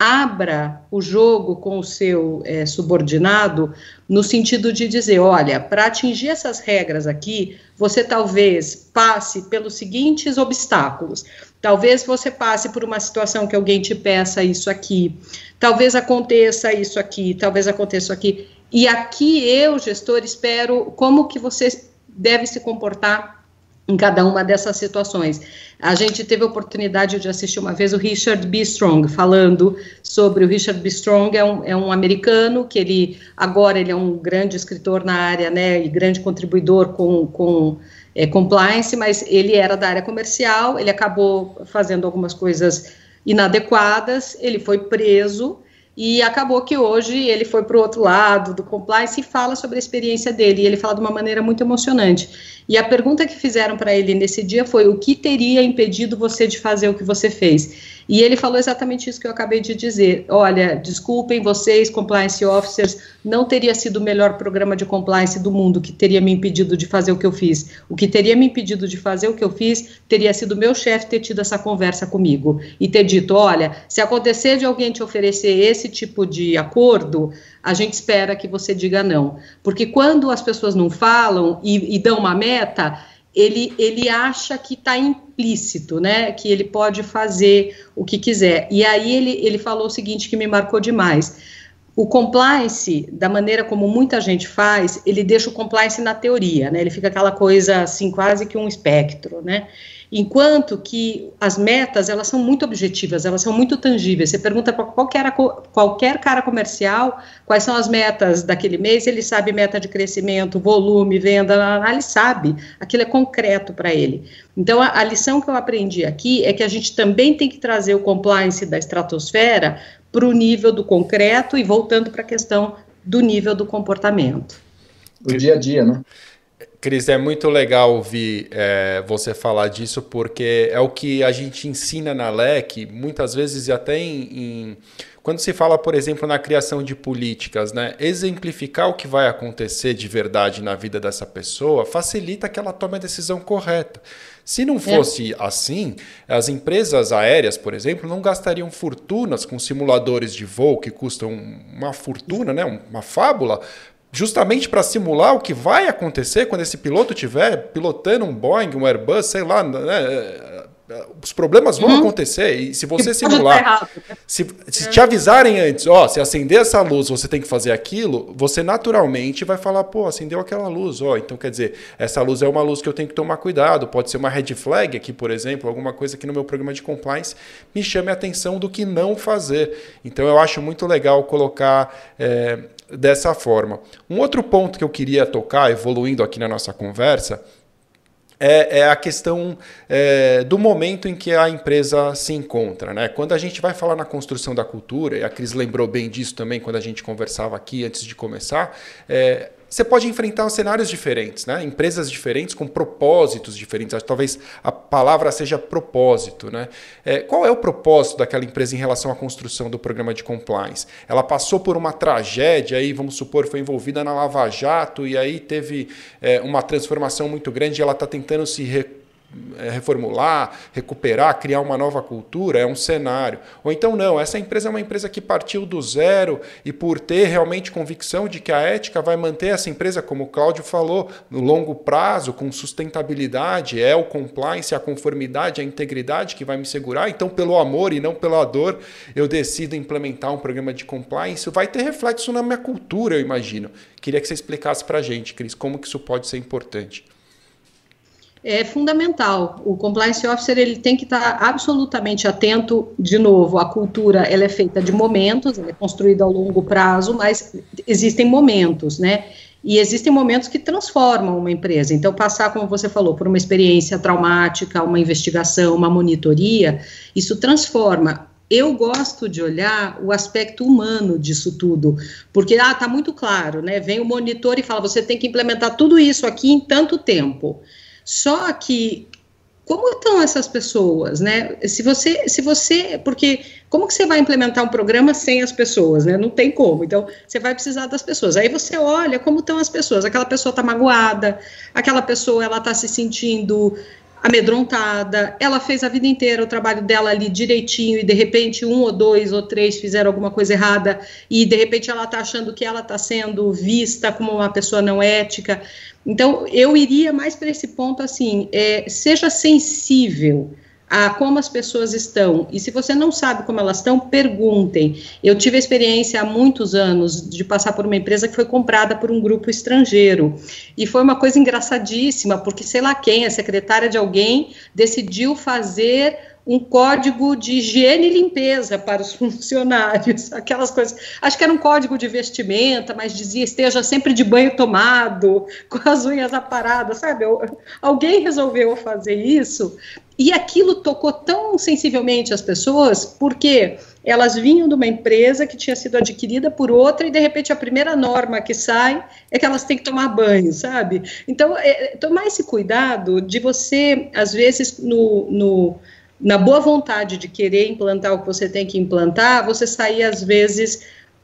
Speaker 2: abra o jogo com o seu subordinado, no sentido de dizer, olha, para atingir essas regras aqui, você talvez passe pelos seguintes obstáculos. Talvez você passe por uma situação que alguém te peça isso aqui, talvez aconteça isso aqui, talvez aconteça isso aqui. E aqui eu, gestor, espero como que você deve se comportar em cada uma dessas situações. A gente teve a oportunidade de assistir uma vez o Richard B. Strong, falando sobre o Richard B. Strong, é um americano, que agora ele é um grande escritor na área, né, e grande contribuidor com compliance, mas ele era da área comercial, ele acabou fazendo algumas coisas inadequadas, ele foi preso, e acabou que hoje ele foi para o outro lado do compliance e fala sobre a experiência dele, e ele fala de uma maneira muito emocionante. E a pergunta que fizeram para ele nesse dia foi: o que teria impedido você de fazer o que você fez? E ele falou exatamente isso que eu acabei de dizer. Olha, desculpem vocês, compliance officers, não teria sido o melhor programa de compliance do mundo que teria me impedido de fazer o que eu fiz. O que teria me impedido de fazer o que eu fiz teria sido o meu chefe ter tido essa conversa comigo e ter dito, olha, se acontecer de alguém te oferecer esse tipo de acordo, a gente espera que você diga não. Porque quando as pessoas não falam e dão uma meta, ele acha que está implícito, né, que ele pode fazer o que quiser. E aí ele falou o seguinte que me marcou demais: o compliance, da maneira como muita gente faz, ele deixa o compliance na teoria, né, ele fica aquela coisa assim, quase que um espectro, né, enquanto que as metas, elas são muito objetivas, elas são muito tangíveis. Você pergunta para qualquer cara comercial quais são as metas daquele mês, ele sabe meta de crescimento, volume, venda, ele sabe, aquilo é concreto para ele. Então, a lição que eu aprendi aqui é que a gente também tem que trazer o compliance da estratosfera para o nível do concreto e voltando para a questão do nível do comportamento.
Speaker 3: O dia a dia, né?
Speaker 1: Cris, é muito legal ouvir você falar disso, porque é o que a gente ensina na LEC, muitas vezes, e até quando se fala, por exemplo, na criação de políticas, né? Exemplificar o que vai acontecer de verdade na vida dessa pessoa facilita que ela tome a decisão correta. Se não fosse assim, as empresas aéreas, por exemplo, não gastariam fortunas com simuladores de voo que custam uma fortuna, né? Uma fábula, justamente para simular o que vai acontecer quando esse piloto estiver pilotando um Boeing, um Airbus, sei lá, né? Os problemas vão acontecer, e se você simular, se te avisarem antes, se acender essa luz, você tem que fazer aquilo, você naturalmente vai falar, pô, acendeu aquela luz, então quer dizer, essa luz é uma luz que eu tenho que tomar cuidado, pode ser uma red flag aqui, por exemplo, alguma coisa que no meu programa de compliance me chame a atenção do que não fazer. Então eu acho muito legal colocar dessa forma. Um outro ponto que eu queria tocar, evoluindo aqui na nossa conversa, é a questão do momento em que a empresa se encontra, né? Quando a gente vai falar na construção da cultura, e a Cris lembrou bem disso também quando a gente conversava aqui antes de começar, você pode enfrentar cenários diferentes, né? Empresas diferentes com propósitos diferentes. Talvez a palavra seja propósito, né? Qual é o propósito daquela empresa em relação à construção do programa de compliance? Ela passou por uma tragédia, aí, vamos supor, foi envolvida na Lava Jato e aí teve uma transformação muito grande e ela está tentando se reformular, recuperar, criar uma nova cultura, é um cenário. Ou então não, essa empresa é uma empresa que partiu do zero e por ter realmente convicção de que a ética vai manter essa empresa, como o Cláudio falou, no longo prazo, com sustentabilidade, é o compliance, a conformidade, a integridade que vai me segurar, então pelo amor e não pela dor, eu decido implementar um programa de compliance, isso vai ter reflexo na minha cultura, eu imagino. Queria que você explicasse para a gente, Cris, como que isso pode ser importante.
Speaker 2: É fundamental. O compliance officer ele tem que estar absolutamente atento. De novo, a cultura ela é feita de momentos, ela é construída ao longo prazo, mas existem momentos, né? E existem momentos que transformam uma empresa. Então, passar, como você falou, por uma experiência traumática, uma investigação, uma monitoria, isso transforma. Eu gosto de olhar o aspecto humano disso tudo, porque está muito claro, né? Vem o monitor e fala, você tem que implementar tudo isso aqui em tanto tempo. Só que, como estão essas pessoas, né? Porque como que você vai implementar um programa sem as pessoas, né? Não tem como, então você vai precisar das pessoas. Aí você olha como estão as pessoas, aquela pessoa está magoada, aquela pessoa ela está se sentindo amedrontada, ela fez a vida inteira o trabalho dela ali direitinho e de repente 1 ou 2 ou 3 fizeram alguma coisa errada e de repente ela está achando que ela está sendo vista como uma pessoa não ética. Então eu iria mais para esse ponto assim, seja sensível a como as pessoas estão, e se você não sabe como elas estão, perguntem. Eu tive a experiência há muitos anos de passar por uma empresa que foi comprada por um grupo estrangeiro, e foi uma coisa engraçadíssima, porque sei lá quem, a secretária de alguém, decidiu fazer um código de higiene e limpeza para os funcionários, aquelas coisas, acho que era um código de vestimenta, mas dizia esteja sempre de banho tomado, com as unhas aparadas, sabe? Alguém resolveu fazer isso, e aquilo tocou tão sensivelmente as pessoas, porque elas vinham de uma empresa que tinha sido adquirida por outra, e de repente a primeira norma que sai é que elas têm que tomar banho, sabe? Então, tomar esse cuidado de você, às vezes, na boa vontade de querer implantar o que você tem que implantar, você sair, às vezes,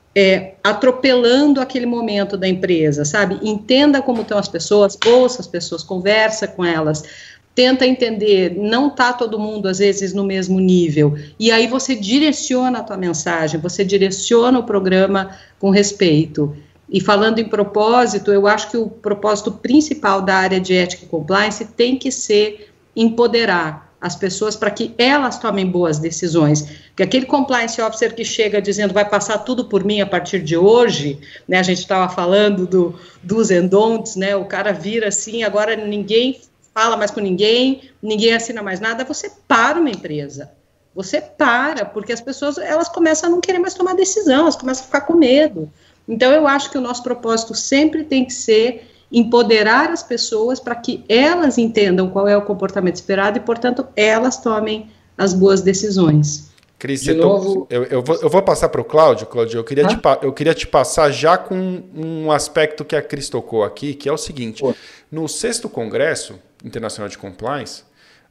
Speaker 2: atropelando aquele momento da empresa, sabe? Entenda como estão as pessoas, ouça as pessoas, conversa com elas, tenta entender, não está todo mundo, às vezes, no mesmo nível, e aí você direciona a tua mensagem, você direciona o programa com respeito. E falando em propósito, eu acho que o propósito principal da área de ética e compliance tem que ser empoderar as pessoas para que elas tomem boas decisões, porque aquele compliance officer que chega dizendo vai passar tudo por mim a partir de hoje, né, a gente estava falando do do's and don'ts, né, o cara vira assim, agora ninguém fala mais com ninguém assina mais nada, você para uma empresa, você para, porque as pessoas, elas começam a não querer mais tomar decisão, elas começam a ficar com medo. Então eu acho que o nosso propósito sempre tem que ser empoderar as pessoas para que elas entendam qual é o comportamento esperado e, portanto, elas tomem as boas decisões.
Speaker 1: Cris, eu vou passar para o Cláudio. Cláudio, eu queria te passar já com um aspecto que a Cris tocou aqui, que é o seguinte. No 6º Congresso Internacional de Compliance,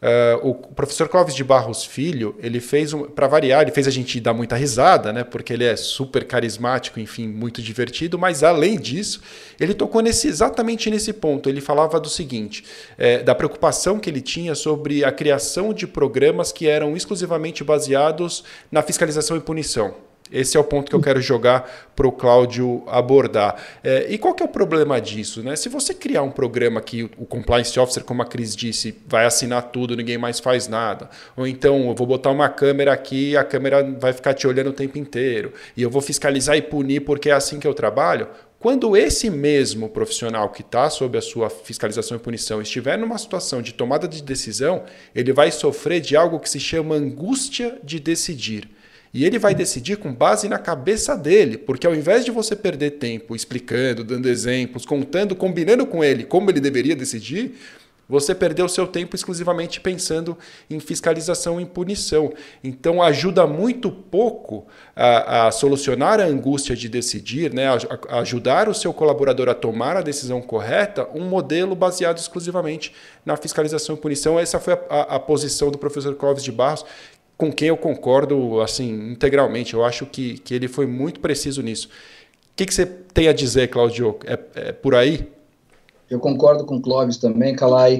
Speaker 1: o professor Clóvis de Barros Filho, ele fez, para variar, ele fez a gente dar muita risada, né, porque ele é super carismático, enfim, muito divertido, mas além disso, ele tocou exatamente nesse ponto. Ele falava do seguinte, da preocupação que ele tinha sobre a criação de programas que eram exclusivamente baseados na fiscalização e punição. Esse é o ponto que eu quero jogar para o Cláudio abordar. E qual que é o problema disso, né? Se você criar um programa que o Compliance Officer, como a Cris disse, vai assinar tudo, ninguém mais faz nada. Ou então, eu vou botar uma câmera aqui, a câmera vai ficar te olhando o tempo inteiro. E eu vou fiscalizar e punir porque é assim que eu trabalho. Quando esse mesmo profissional que está sob a sua fiscalização e punição estiver numa situação de tomada de decisão, ele vai sofrer de algo que se chama angústia de decidir. E ele vai decidir com base na cabeça dele, porque ao invés de você perder tempo explicando, dando exemplos, contando, combinando com ele como ele deveria decidir, você perdeu o seu tempo exclusivamente pensando em fiscalização e punição. Então ajuda muito pouco a solucionar a angústia de decidir, né? A ajudar o seu colaborador a tomar a decisão correta, um modelo baseado exclusivamente na fiscalização e punição. Essa foi a posição do professor Clóvis de Barros, com quem eu concordo assim, integralmente. Eu acho que ele foi muito preciso nisso. O que você tem a dizer, Cláudio? É por aí?
Speaker 3: Eu concordo com o Clóvis também, Calai.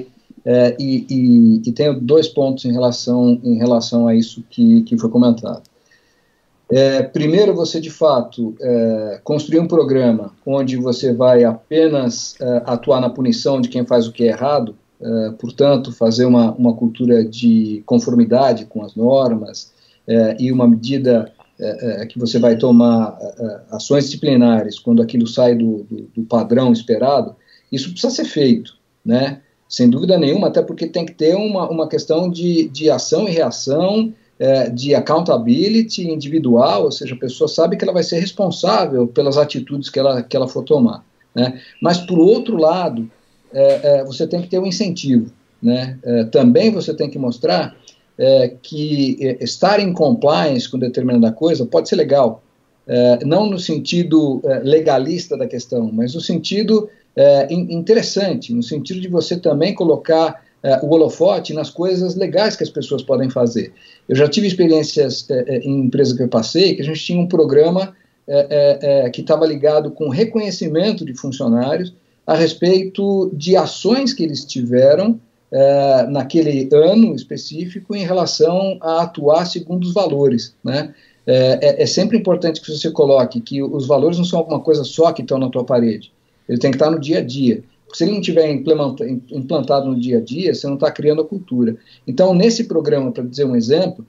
Speaker 3: E tenho 2 pontos em relação a isso que foi comentado. Primeiro, você, de fato, construir um programa onde você vai apenas atuar na punição de quem faz o que é errado, portanto, fazer uma cultura de conformidade com as normas e uma medida que você vai tomar ações disciplinares quando aquilo sai do padrão esperado, isso precisa ser feito, né? Sem dúvida nenhuma, até porque tem que ter uma questão de ação e reação, de accountability individual, ou seja, a pessoa sabe que ela vai ser responsável pelas atitudes que ela for tomar, né? Mas, por outro lado, você tem que ter um incentivo, né? Também você tem que mostrar que estar em compliance com determinada coisa pode ser legal, não no sentido legalista da questão, mas no sentido interessante, no sentido de você também colocar o holofote nas coisas legais que as pessoas podem fazer. Eu já tive experiências em empresa que eu passei, que a gente tinha um programa que estava ligado com reconhecimento de funcionários a respeito de ações que eles tiveram naquele ano específico em relação a atuar segundo os valores, né? É sempre importante que você coloque que os valores não são alguma coisa só que estão na tua parede, ele tem que estar no dia a dia. Se ele não tiver implantado no dia a dia, você não está criando a cultura. Então, nesse programa, para dizer um exemplo,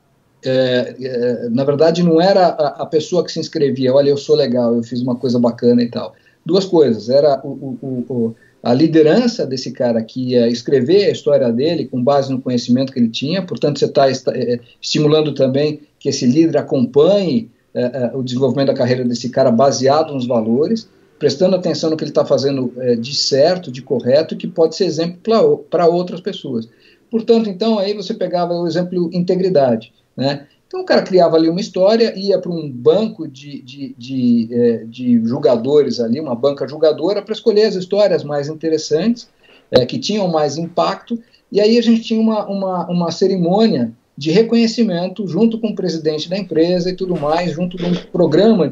Speaker 3: na verdade não era a pessoa que se inscrevia, olha, eu sou legal, eu fiz uma coisa bacana e tal. 2 coisas, era a liderança desse cara que ia escrever a história dele com base no conhecimento que ele tinha, portanto você está estimulando também que esse líder acompanhe o desenvolvimento da carreira desse cara baseado nos valores, prestando atenção no que ele está fazendo de certo, de correto, e que pode ser exemplo para outras pessoas. Portanto, então, aí você pegava o exemplo integridade, né? Então, o cara criava ali uma história, ia para um banco de julgadores ali, uma banca julgadora, para escolher as histórias mais interessantes, que tinham mais impacto, e aí a gente tinha uma cerimônia de reconhecimento junto com o presidente da empresa e tudo mais, junto de um programa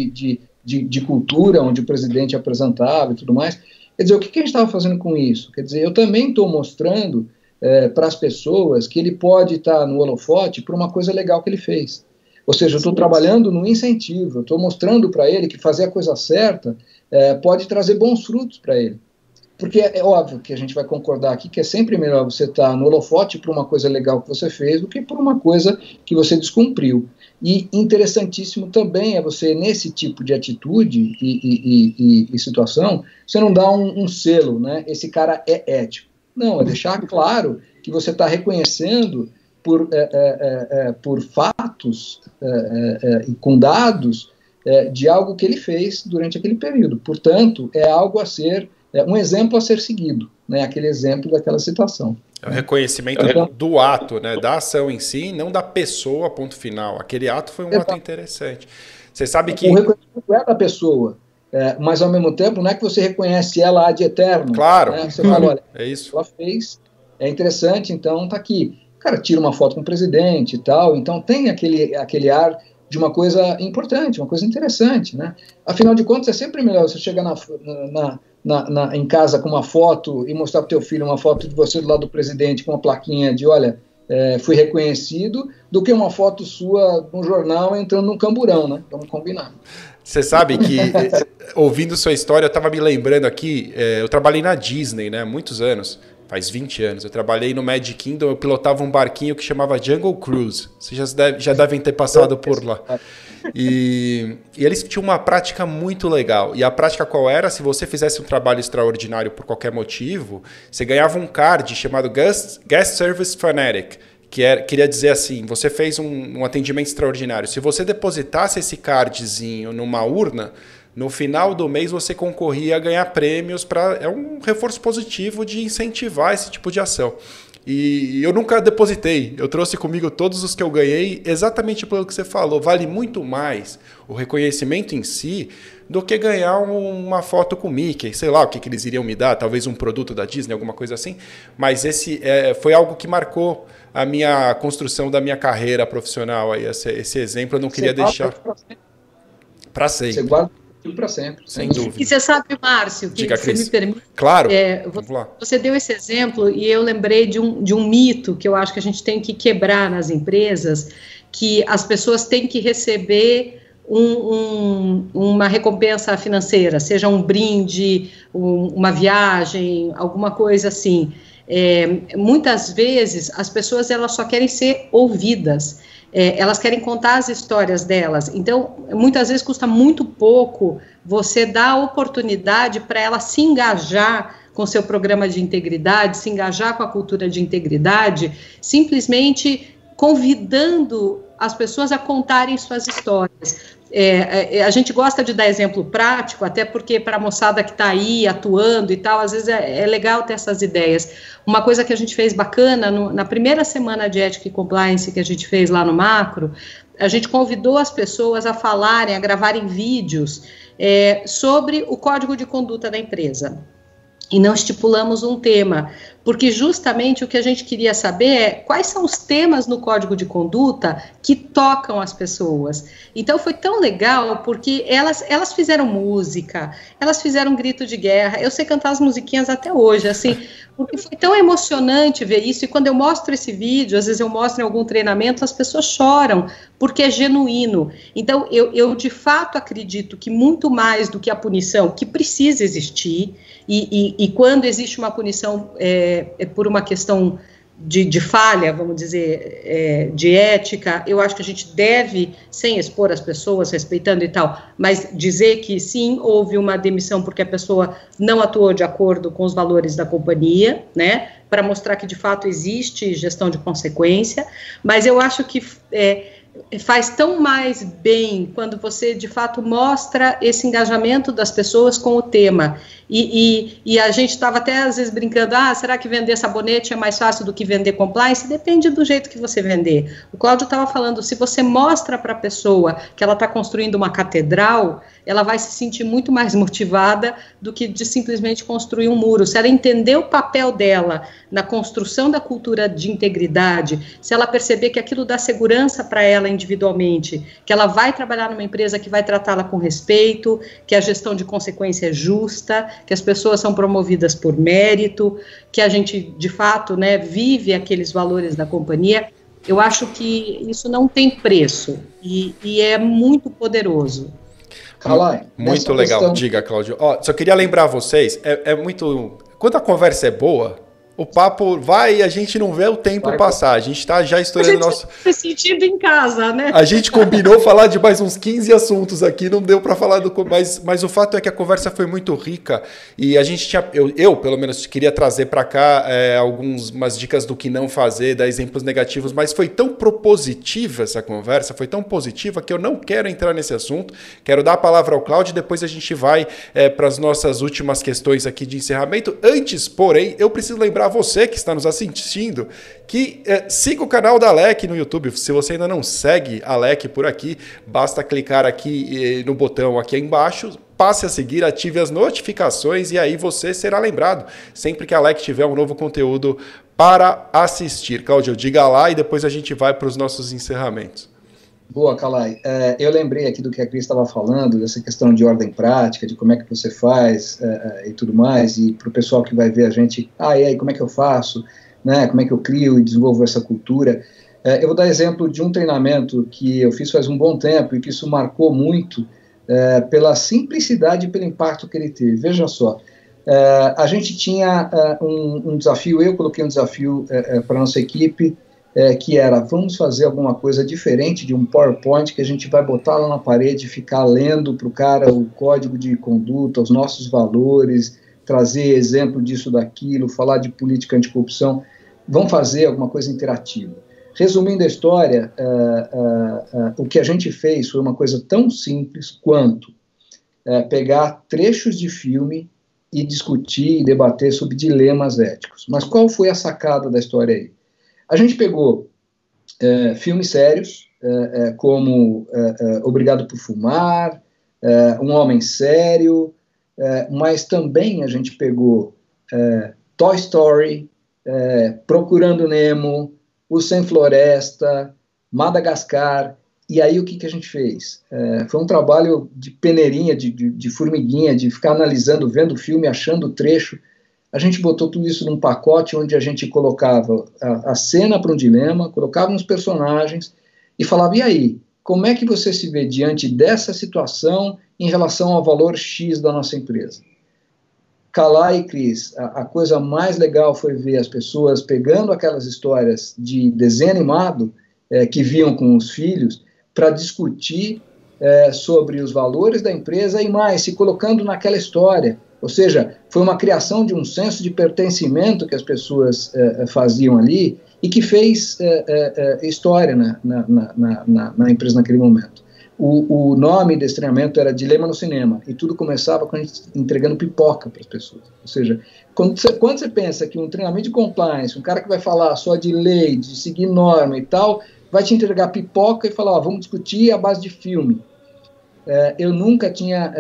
Speaker 3: de cultura, onde o presidente apresentava e tudo mais. Quer dizer, o que a gente estava fazendo com isso? Quer dizer, eu também estou mostrando para as pessoas que ele pode estar no holofote por uma coisa legal que ele fez. Ou seja, eu estou trabalhando no incentivo, eu estou mostrando para ele que fazer a coisa certa pode trazer bons frutos para ele. Porque é óbvio que a gente vai concordar aqui que é sempre melhor você estar no holofote por uma coisa legal que você fez do que por uma coisa que você descumpriu. E interessantíssimo também é você, nesse tipo de atitude e situação, você não dá um selo, né? Esse cara é ético. Não, é deixar claro que você está reconhecendo por fatos e com dados de algo que ele fez durante aquele período. Portanto, é algo a ser, um exemplo a ser seguido, né? Aquele exemplo daquela situação.
Speaker 1: É o reconhecimento do ato, né? Da ação em si, não da pessoa, ponto final. Aquele ato foi um ato interessante. Você sabe que...
Speaker 3: O reconhecimento é da pessoa, mas ao mesmo tempo não é que você reconhece ela ad eterno.
Speaker 1: Claro.
Speaker 3: Né? Você fala, olha,
Speaker 1: é isso.
Speaker 3: Ela fez, é interessante, então está aqui. O cara tira uma foto com o presidente e tal, então tem aquele ar de uma coisa importante, uma coisa interessante, né? Afinal de contas, é sempre melhor você chegar em casa com uma foto e mostrar para o teu filho uma foto de você do lado do presidente com uma plaquinha de, olha, fui reconhecido, do que uma foto sua no jornal entrando num camburão, né? Vamos combinar.
Speaker 1: Você sabe que, ouvindo sua história, eu estava me lembrando aqui, eu trabalhei na Disney, né, muitos anos, faz 20 anos. Eu trabalhei no Magic Kingdom, eu pilotava um barquinho que chamava Jungle Cruise. Vocês já devem ter passado por lá. E eles tinham uma prática muito legal. E a prática qual era? Se você fizesse um trabalho extraordinário por qualquer motivo, você ganhava um card chamado Guest Service Fanatic, queria dizer assim, você fez um atendimento extraordinário. Se você depositasse esse cardzinho numa urna, no final do mês você concorria a ganhar prêmios. É um reforço positivo de incentivar esse tipo de ação. E eu nunca depositei, eu trouxe comigo todos os que eu ganhei exatamente pelo que você falou. Vale muito mais o reconhecimento em si do que ganhar uma foto com o Mickey, sei lá o que eles iriam me dar, talvez um produto da Disney, alguma coisa assim. Mas esse foi algo que marcou a minha construção da minha carreira profissional. Aí, esse exemplo eu não queria deixar para sempre.
Speaker 3: Você guarda para sempre.
Speaker 1: Sem dúvida.
Speaker 2: E você sabe, Márcio, que
Speaker 1: Diga,
Speaker 2: você me permite.
Speaker 1: Claro.
Speaker 2: Você deu esse exemplo e eu lembrei de um mito que eu acho que a gente tem que quebrar nas empresas, que as pessoas têm que receber uma recompensa financeira, seja um brinde, uma viagem, alguma coisa assim. Muitas vezes as pessoas elas só querem ser ouvidas. Elas querem contar as histórias delas, então muitas vezes custa muito pouco você dar a oportunidade para ela se engajar com seu programa de integridade, se engajar com a cultura de integridade, simplesmente convidando as pessoas a contarem suas histórias. A gente gosta de dar exemplo prático, até porque para a moçada que está aí atuando e tal, às vezes é legal ter essas ideias. Uma coisa que a gente fez bacana, na primeira semana de ética e compliance que a gente fez lá no Macro, a gente convidou as pessoas a falarem, a gravarem vídeos sobre o código de conduta da empresa. E não estipulamos um tema, porque justamente o que a gente queria saber é quais são os temas no código de conduta que tocam as pessoas. Então foi tão legal, porque elas fizeram música, elas fizeram grito de guerra, eu sei cantar as musiquinhas até hoje, assim, porque foi tão emocionante ver isso, e quando eu mostro esse vídeo, às vezes eu mostro em algum treinamento, as pessoas choram, porque é genuíno. Então eu de fato acredito que muito mais do que a punição, que precisa existir, e quando existe uma punição por uma questão de falha, vamos dizer, de ética, eu acho que a gente deve, sem expor as pessoas, respeitando e tal, mas dizer que sim, houve uma demissão porque a pessoa não atuou de acordo com os valores da companhia, né, para mostrar que de fato existe gestão de consequência, mas eu acho que faz tão mais bem quando você, de fato, mostra esse engajamento das pessoas com o tema. E a gente estava até, às vezes, brincando, será que vender sabonete é mais fácil do que vender compliance? Depende do jeito que você vender. O Cláudio estava falando, se você mostra para a pessoa que ela está construindo uma catedral, ela vai se sentir muito mais motivada do que de simplesmente construir um muro. Se ela entender o papel dela na construção da cultura de integridade, se ela perceber que aquilo dá segurança para ela individualmente, que ela vai trabalhar numa empresa que vai tratá-la com respeito, que a gestão de consequência é justa, que as pessoas são promovidas por mérito, que a gente, de fato, né, vive aqueles valores da companhia, eu acho que isso não tem preço e é muito poderoso.
Speaker 3: Kalai,
Speaker 1: muito legal, questão... Diga, Cláudio. Só queria lembrar vocês, muito... Quando a conversa é boa, o papo vai e a gente não vê o tempo passar. A gente está já estourando nosso...
Speaker 2: se sentindo em casa, né?
Speaker 1: A gente combinou falar de mais uns 15 assuntos aqui, não deu para falar do... Mas o fato é que a conversa foi muito rica e a gente tinha... Eu pelo menos, queria trazer para cá umas dicas do que não fazer, dar exemplos negativos, mas foi tão propositiva essa conversa, foi tão positiva que eu não quero entrar nesse assunto. Quero dar a palavra ao Cláudio e depois a gente vai para as nossas últimas questões aqui de encerramento. Antes, porém, eu preciso lembrar você que está nos assistindo, que siga o canal da Alec no YouTube. Se você ainda não segue a Alec por aqui, basta clicar aqui no botão aqui embaixo, passe a seguir, ative as notificações e aí você será lembrado sempre que a Alec tiver um novo conteúdo para assistir. Cláudio, diga lá e depois a gente vai para os nossos encerramentos.
Speaker 3: Boa, Kalai. Eu lembrei aqui do que a Cris estava falando, dessa questão de ordem prática, de como é que você faz e tudo mais, e para o pessoal que vai ver a gente, e aí, como é que eu faço, né, como é que eu crio e desenvolvo essa cultura. Eu vou dar exemplo de um treinamento que eu fiz faz um bom tempo e que isso marcou muito pela simplicidade e pelo impacto que ele teve. Veja só, a gente tinha um desafio, eu coloquei um desafio para a nossa equipe, que era, vamos fazer alguma coisa diferente de um PowerPoint que a gente vai botar lá na parede e ficar lendo para o cara o código de conduta, os nossos valores, trazer exemplo disso, daquilo, falar de política anticorrupção. Vamos fazer alguma coisa interativa. Resumindo a história, o que a gente fez foi uma coisa tão simples quanto pegar trechos de filme e discutir e debater sobre dilemas éticos. Mas qual foi a sacada da história aí? A gente pegou filmes sérios, como Obrigado por Fumar, Um Homem Sério, mas também a gente pegou Toy Story, Procurando Nemo, O Sem Floresta, Madagascar, E aí o que a gente fez? Foi um trabalho de peneirinha, de formiguinha, de ficar analisando, vendo o filme, achando o trecho. A gente botou tudo isso num pacote onde a gente colocava a cena para um dilema, colocava uns personagens e falava, e aí, como é que você se vê diante dessa situação em relação ao valor X da nossa empresa? Calá e Cris, a coisa mais legal foi ver as pessoas pegando aquelas histórias de desenho animado que viam com os filhos para discutir sobre os valores da empresa e mais, se colocando naquela história. Ou seja, foi uma criação de um senso de pertencimento que as pessoas faziam ali e que fez história na empresa naquele momento. O nome desse treinamento era Dilema no Cinema, e tudo começava com a gente entregando pipoca para as pessoas. Ou seja, quando você pensa que um treinamento de compliance, um cara que vai falar só de lei, de seguir norma e tal, vai te entregar pipoca e falar, vamos discutir à base de filme. Eu nunca tinha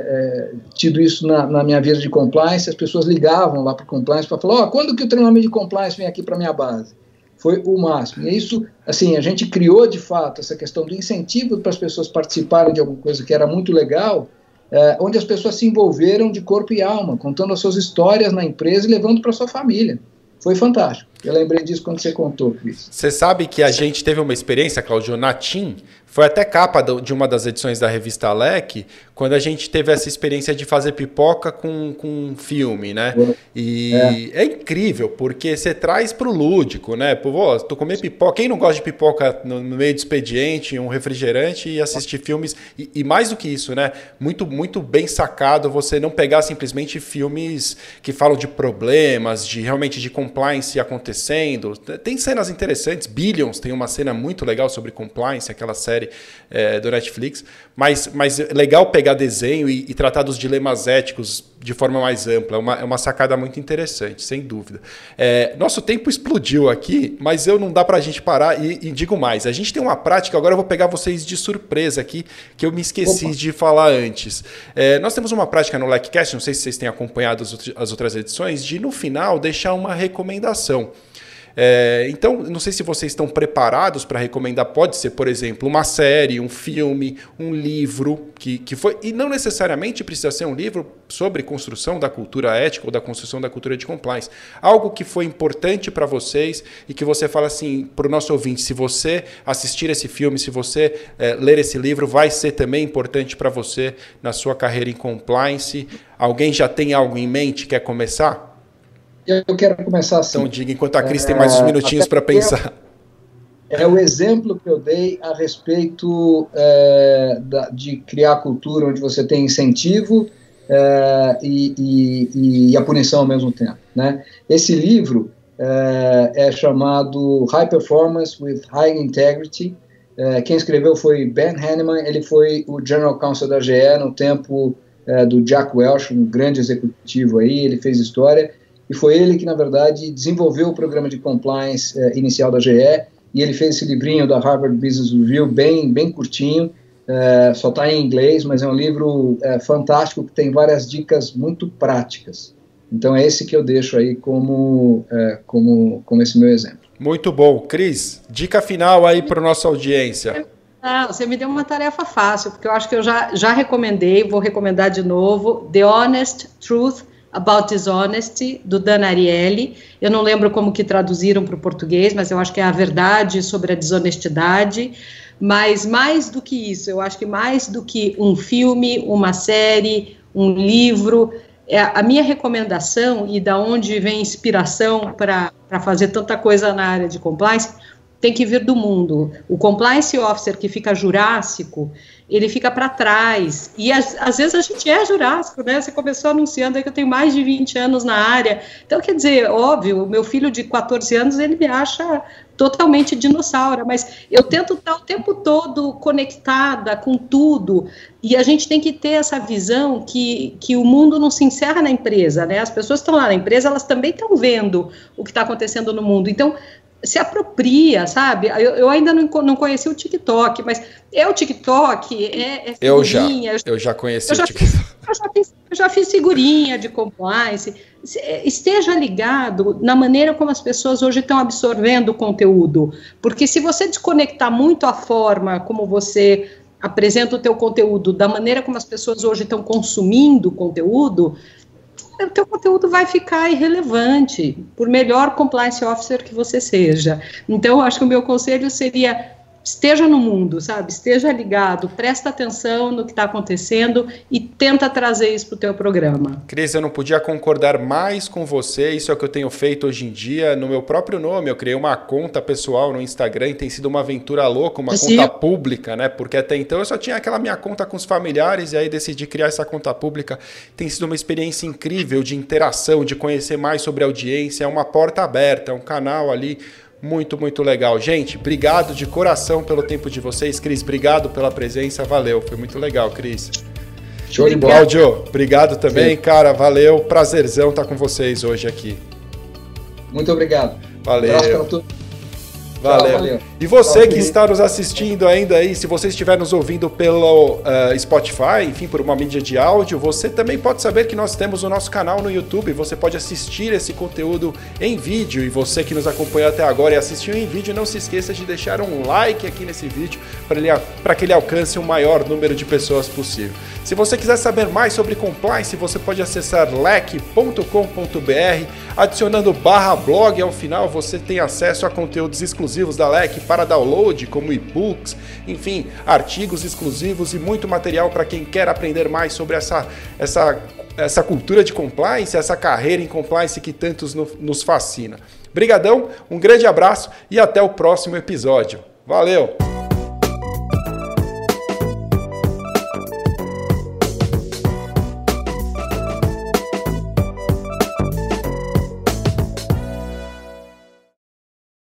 Speaker 3: tido isso na minha vida de compliance. As pessoas ligavam lá para o compliance para falar, quando que o treinamento de compliance vem aqui para a minha base? Foi o máximo. E isso, assim, a gente criou de fato essa questão do incentivo para as pessoas participarem de alguma coisa que era muito legal, onde as pessoas se envolveram de corpo e alma, contando as suas histórias na empresa e levando para a sua família. Foi fantástico. Eu lembrei disso quando você contou, Cris.
Speaker 1: Você sabe que a gente teve uma experiência, Claudio, na TIM, foi até capa de uma das edições da revista Alec, quando a gente teve essa experiência de fazer pipoca com filme, né? E é incrível, porque você traz pro lúdico, né? Pô, tu comer pipoca, quem não gosta de pipoca no meio do expediente, um refrigerante e assistir filmes, e mais do que isso, né? Muito, muito bem sacado você não pegar simplesmente filmes que falam de problemas, realmente de compliance acontecendo. Tem cenas interessantes, Billions tem uma cena muito legal sobre compliance, aquela série do Netflix, mas é legal pegar desenho e tratar dos dilemas éticos de forma mais ampla. É uma sacada muito interessante, sem dúvida. Nosso tempo explodiu aqui, mas não dá para a gente parar e digo mais, a gente tem uma prática, agora eu vou pegar vocês de surpresa aqui, que eu me esqueci de falar antes. Nós temos uma prática no LecCast, não sei se vocês têm acompanhado as outras edições, de no final deixar uma recomendação. Então, não sei se vocês estão preparados para recomendar, pode ser, por exemplo, uma série, um filme, um livro que foi, e não necessariamente precisa ser um livro sobre construção da cultura ética ou da construção da cultura de compliance. Algo que foi importante para vocês e que você fala assim para o nosso ouvinte, se você assistir esse filme, se você ler esse livro, vai ser também importante para você na sua carreira em compliance. Alguém já tem algo em mente? Quer começar?
Speaker 3: Eu quero começar assim.
Speaker 1: Então diga, enquanto a Cris tem mais uns minutinhos para pensar.
Speaker 3: É o exemplo que eu dei a respeito de criar cultura onde você tem incentivo e a punição ao mesmo tempo, né? Esse livro é chamado High Performance with High Integrity. Quem escreveu foi Ben Henneman, ele foi o General Counsel da GE no tempo do Jack Welch, um grande executivo aí, ele fez história. E foi ele que, na verdade, desenvolveu o programa de compliance inicial da GE, e ele fez esse livrinho da Harvard Business Review, bem curtinho, só está em inglês, mas é um livro fantástico, que tem várias dicas muito práticas. Então é esse que eu deixo aí como esse meu exemplo. Muito bom. Cris, dica final aí para a nossa audiência.
Speaker 2: Você me deu uma tarefa fácil, porque eu acho que eu já recomendei, vou recomendar de novo, The Honest Truth About Dishonesty, do Dan Ariely. Eu não lembro como que traduziram para o português, mas eu acho que é a verdade sobre a desonestidade. Mas mais do que isso, eu acho que mais do que um filme, uma série, um livro, a minha recomendação, e da onde vem inspiração para fazer tanta coisa na área de compliance, tem que vir do mundo. O compliance officer que fica jurássico, ele fica para trás, e às vezes a gente é jurássico, né? Você começou anunciando aí que eu tenho mais de 20 anos na área, então quer dizer, óbvio, o meu filho de 14 anos, ele me acha totalmente dinossauro, mas eu tento estar o tempo todo conectada com tudo, e a gente tem que ter essa visão que o mundo não se encerra na empresa, né? As pessoas estão lá na empresa, elas também estão vendo o que está acontecendo no mundo, então se apropria, sabe? Eu ainda não conheci o TikTok, mas o TikTok,
Speaker 1: figurinha. Eu já conheci o TikTok.
Speaker 2: Eu já fiz figurinha de compliance. Esteja ligado na maneira como as pessoas hoje estão absorvendo o conteúdo, porque se você desconectar muito a forma como você apresenta o teu conteúdo, da maneira como as pessoas hoje estão consumindo o conteúdo, o teu conteúdo vai ficar irrelevante, por melhor compliance officer que você seja. Então, eu acho que o meu conselho seria: esteja no mundo, sabe? Esteja ligado, presta atenção no que está acontecendo e tenta trazer isso para o teu programa.
Speaker 1: Cris, eu não podia concordar mais com você. Isso é o que eu tenho feito hoje em dia. No meu próprio nome, eu criei uma conta pessoal no Instagram e tem sido uma aventura louca, uma conta pública, né? Porque até então eu só tinha aquela minha conta com os familiares e aí decidi criar essa conta pública. Tem sido uma experiência incrível de interação, de conhecer mais sobre a audiência. É uma porta aberta, é um canal ali muito, muito legal. Gente, obrigado de coração pelo tempo de vocês. Cris, obrigado pela presença. Valeu, foi muito legal, Cris.
Speaker 3: Show de bola.
Speaker 1: Cláudio, obrigado também, cara. Valeu, prazerzão estar com vocês hoje aqui.
Speaker 3: Muito obrigado.
Speaker 1: Valeu.
Speaker 3: Um abraço para todos.
Speaker 1: Valeu.
Speaker 3: Valeu.
Speaker 1: E você que está nos assistindo ainda aí, se você estiver nos ouvindo pelo Spotify, enfim, por uma mídia de áudio, você também pode saber que nós temos o nosso canal no YouTube. Você pode assistir esse conteúdo em vídeo. E você que nos acompanhou até agora e assistiu em vídeo, não se esqueça de deixar um like aqui nesse vídeo para que ele alcance o maior número de pessoas possível. Se você quiser saber mais sobre compliance, você pode acessar lec.com.br. Adicionando /blog ao final, você tem acesso a conteúdos exclusivos da LEC para download, como e-books, enfim, artigos exclusivos e muito material para quem quer aprender mais sobre essa cultura de compliance, essa carreira em compliance que tantos nos fascina. Brigadão, um grande abraço e até o próximo episódio. Valeu!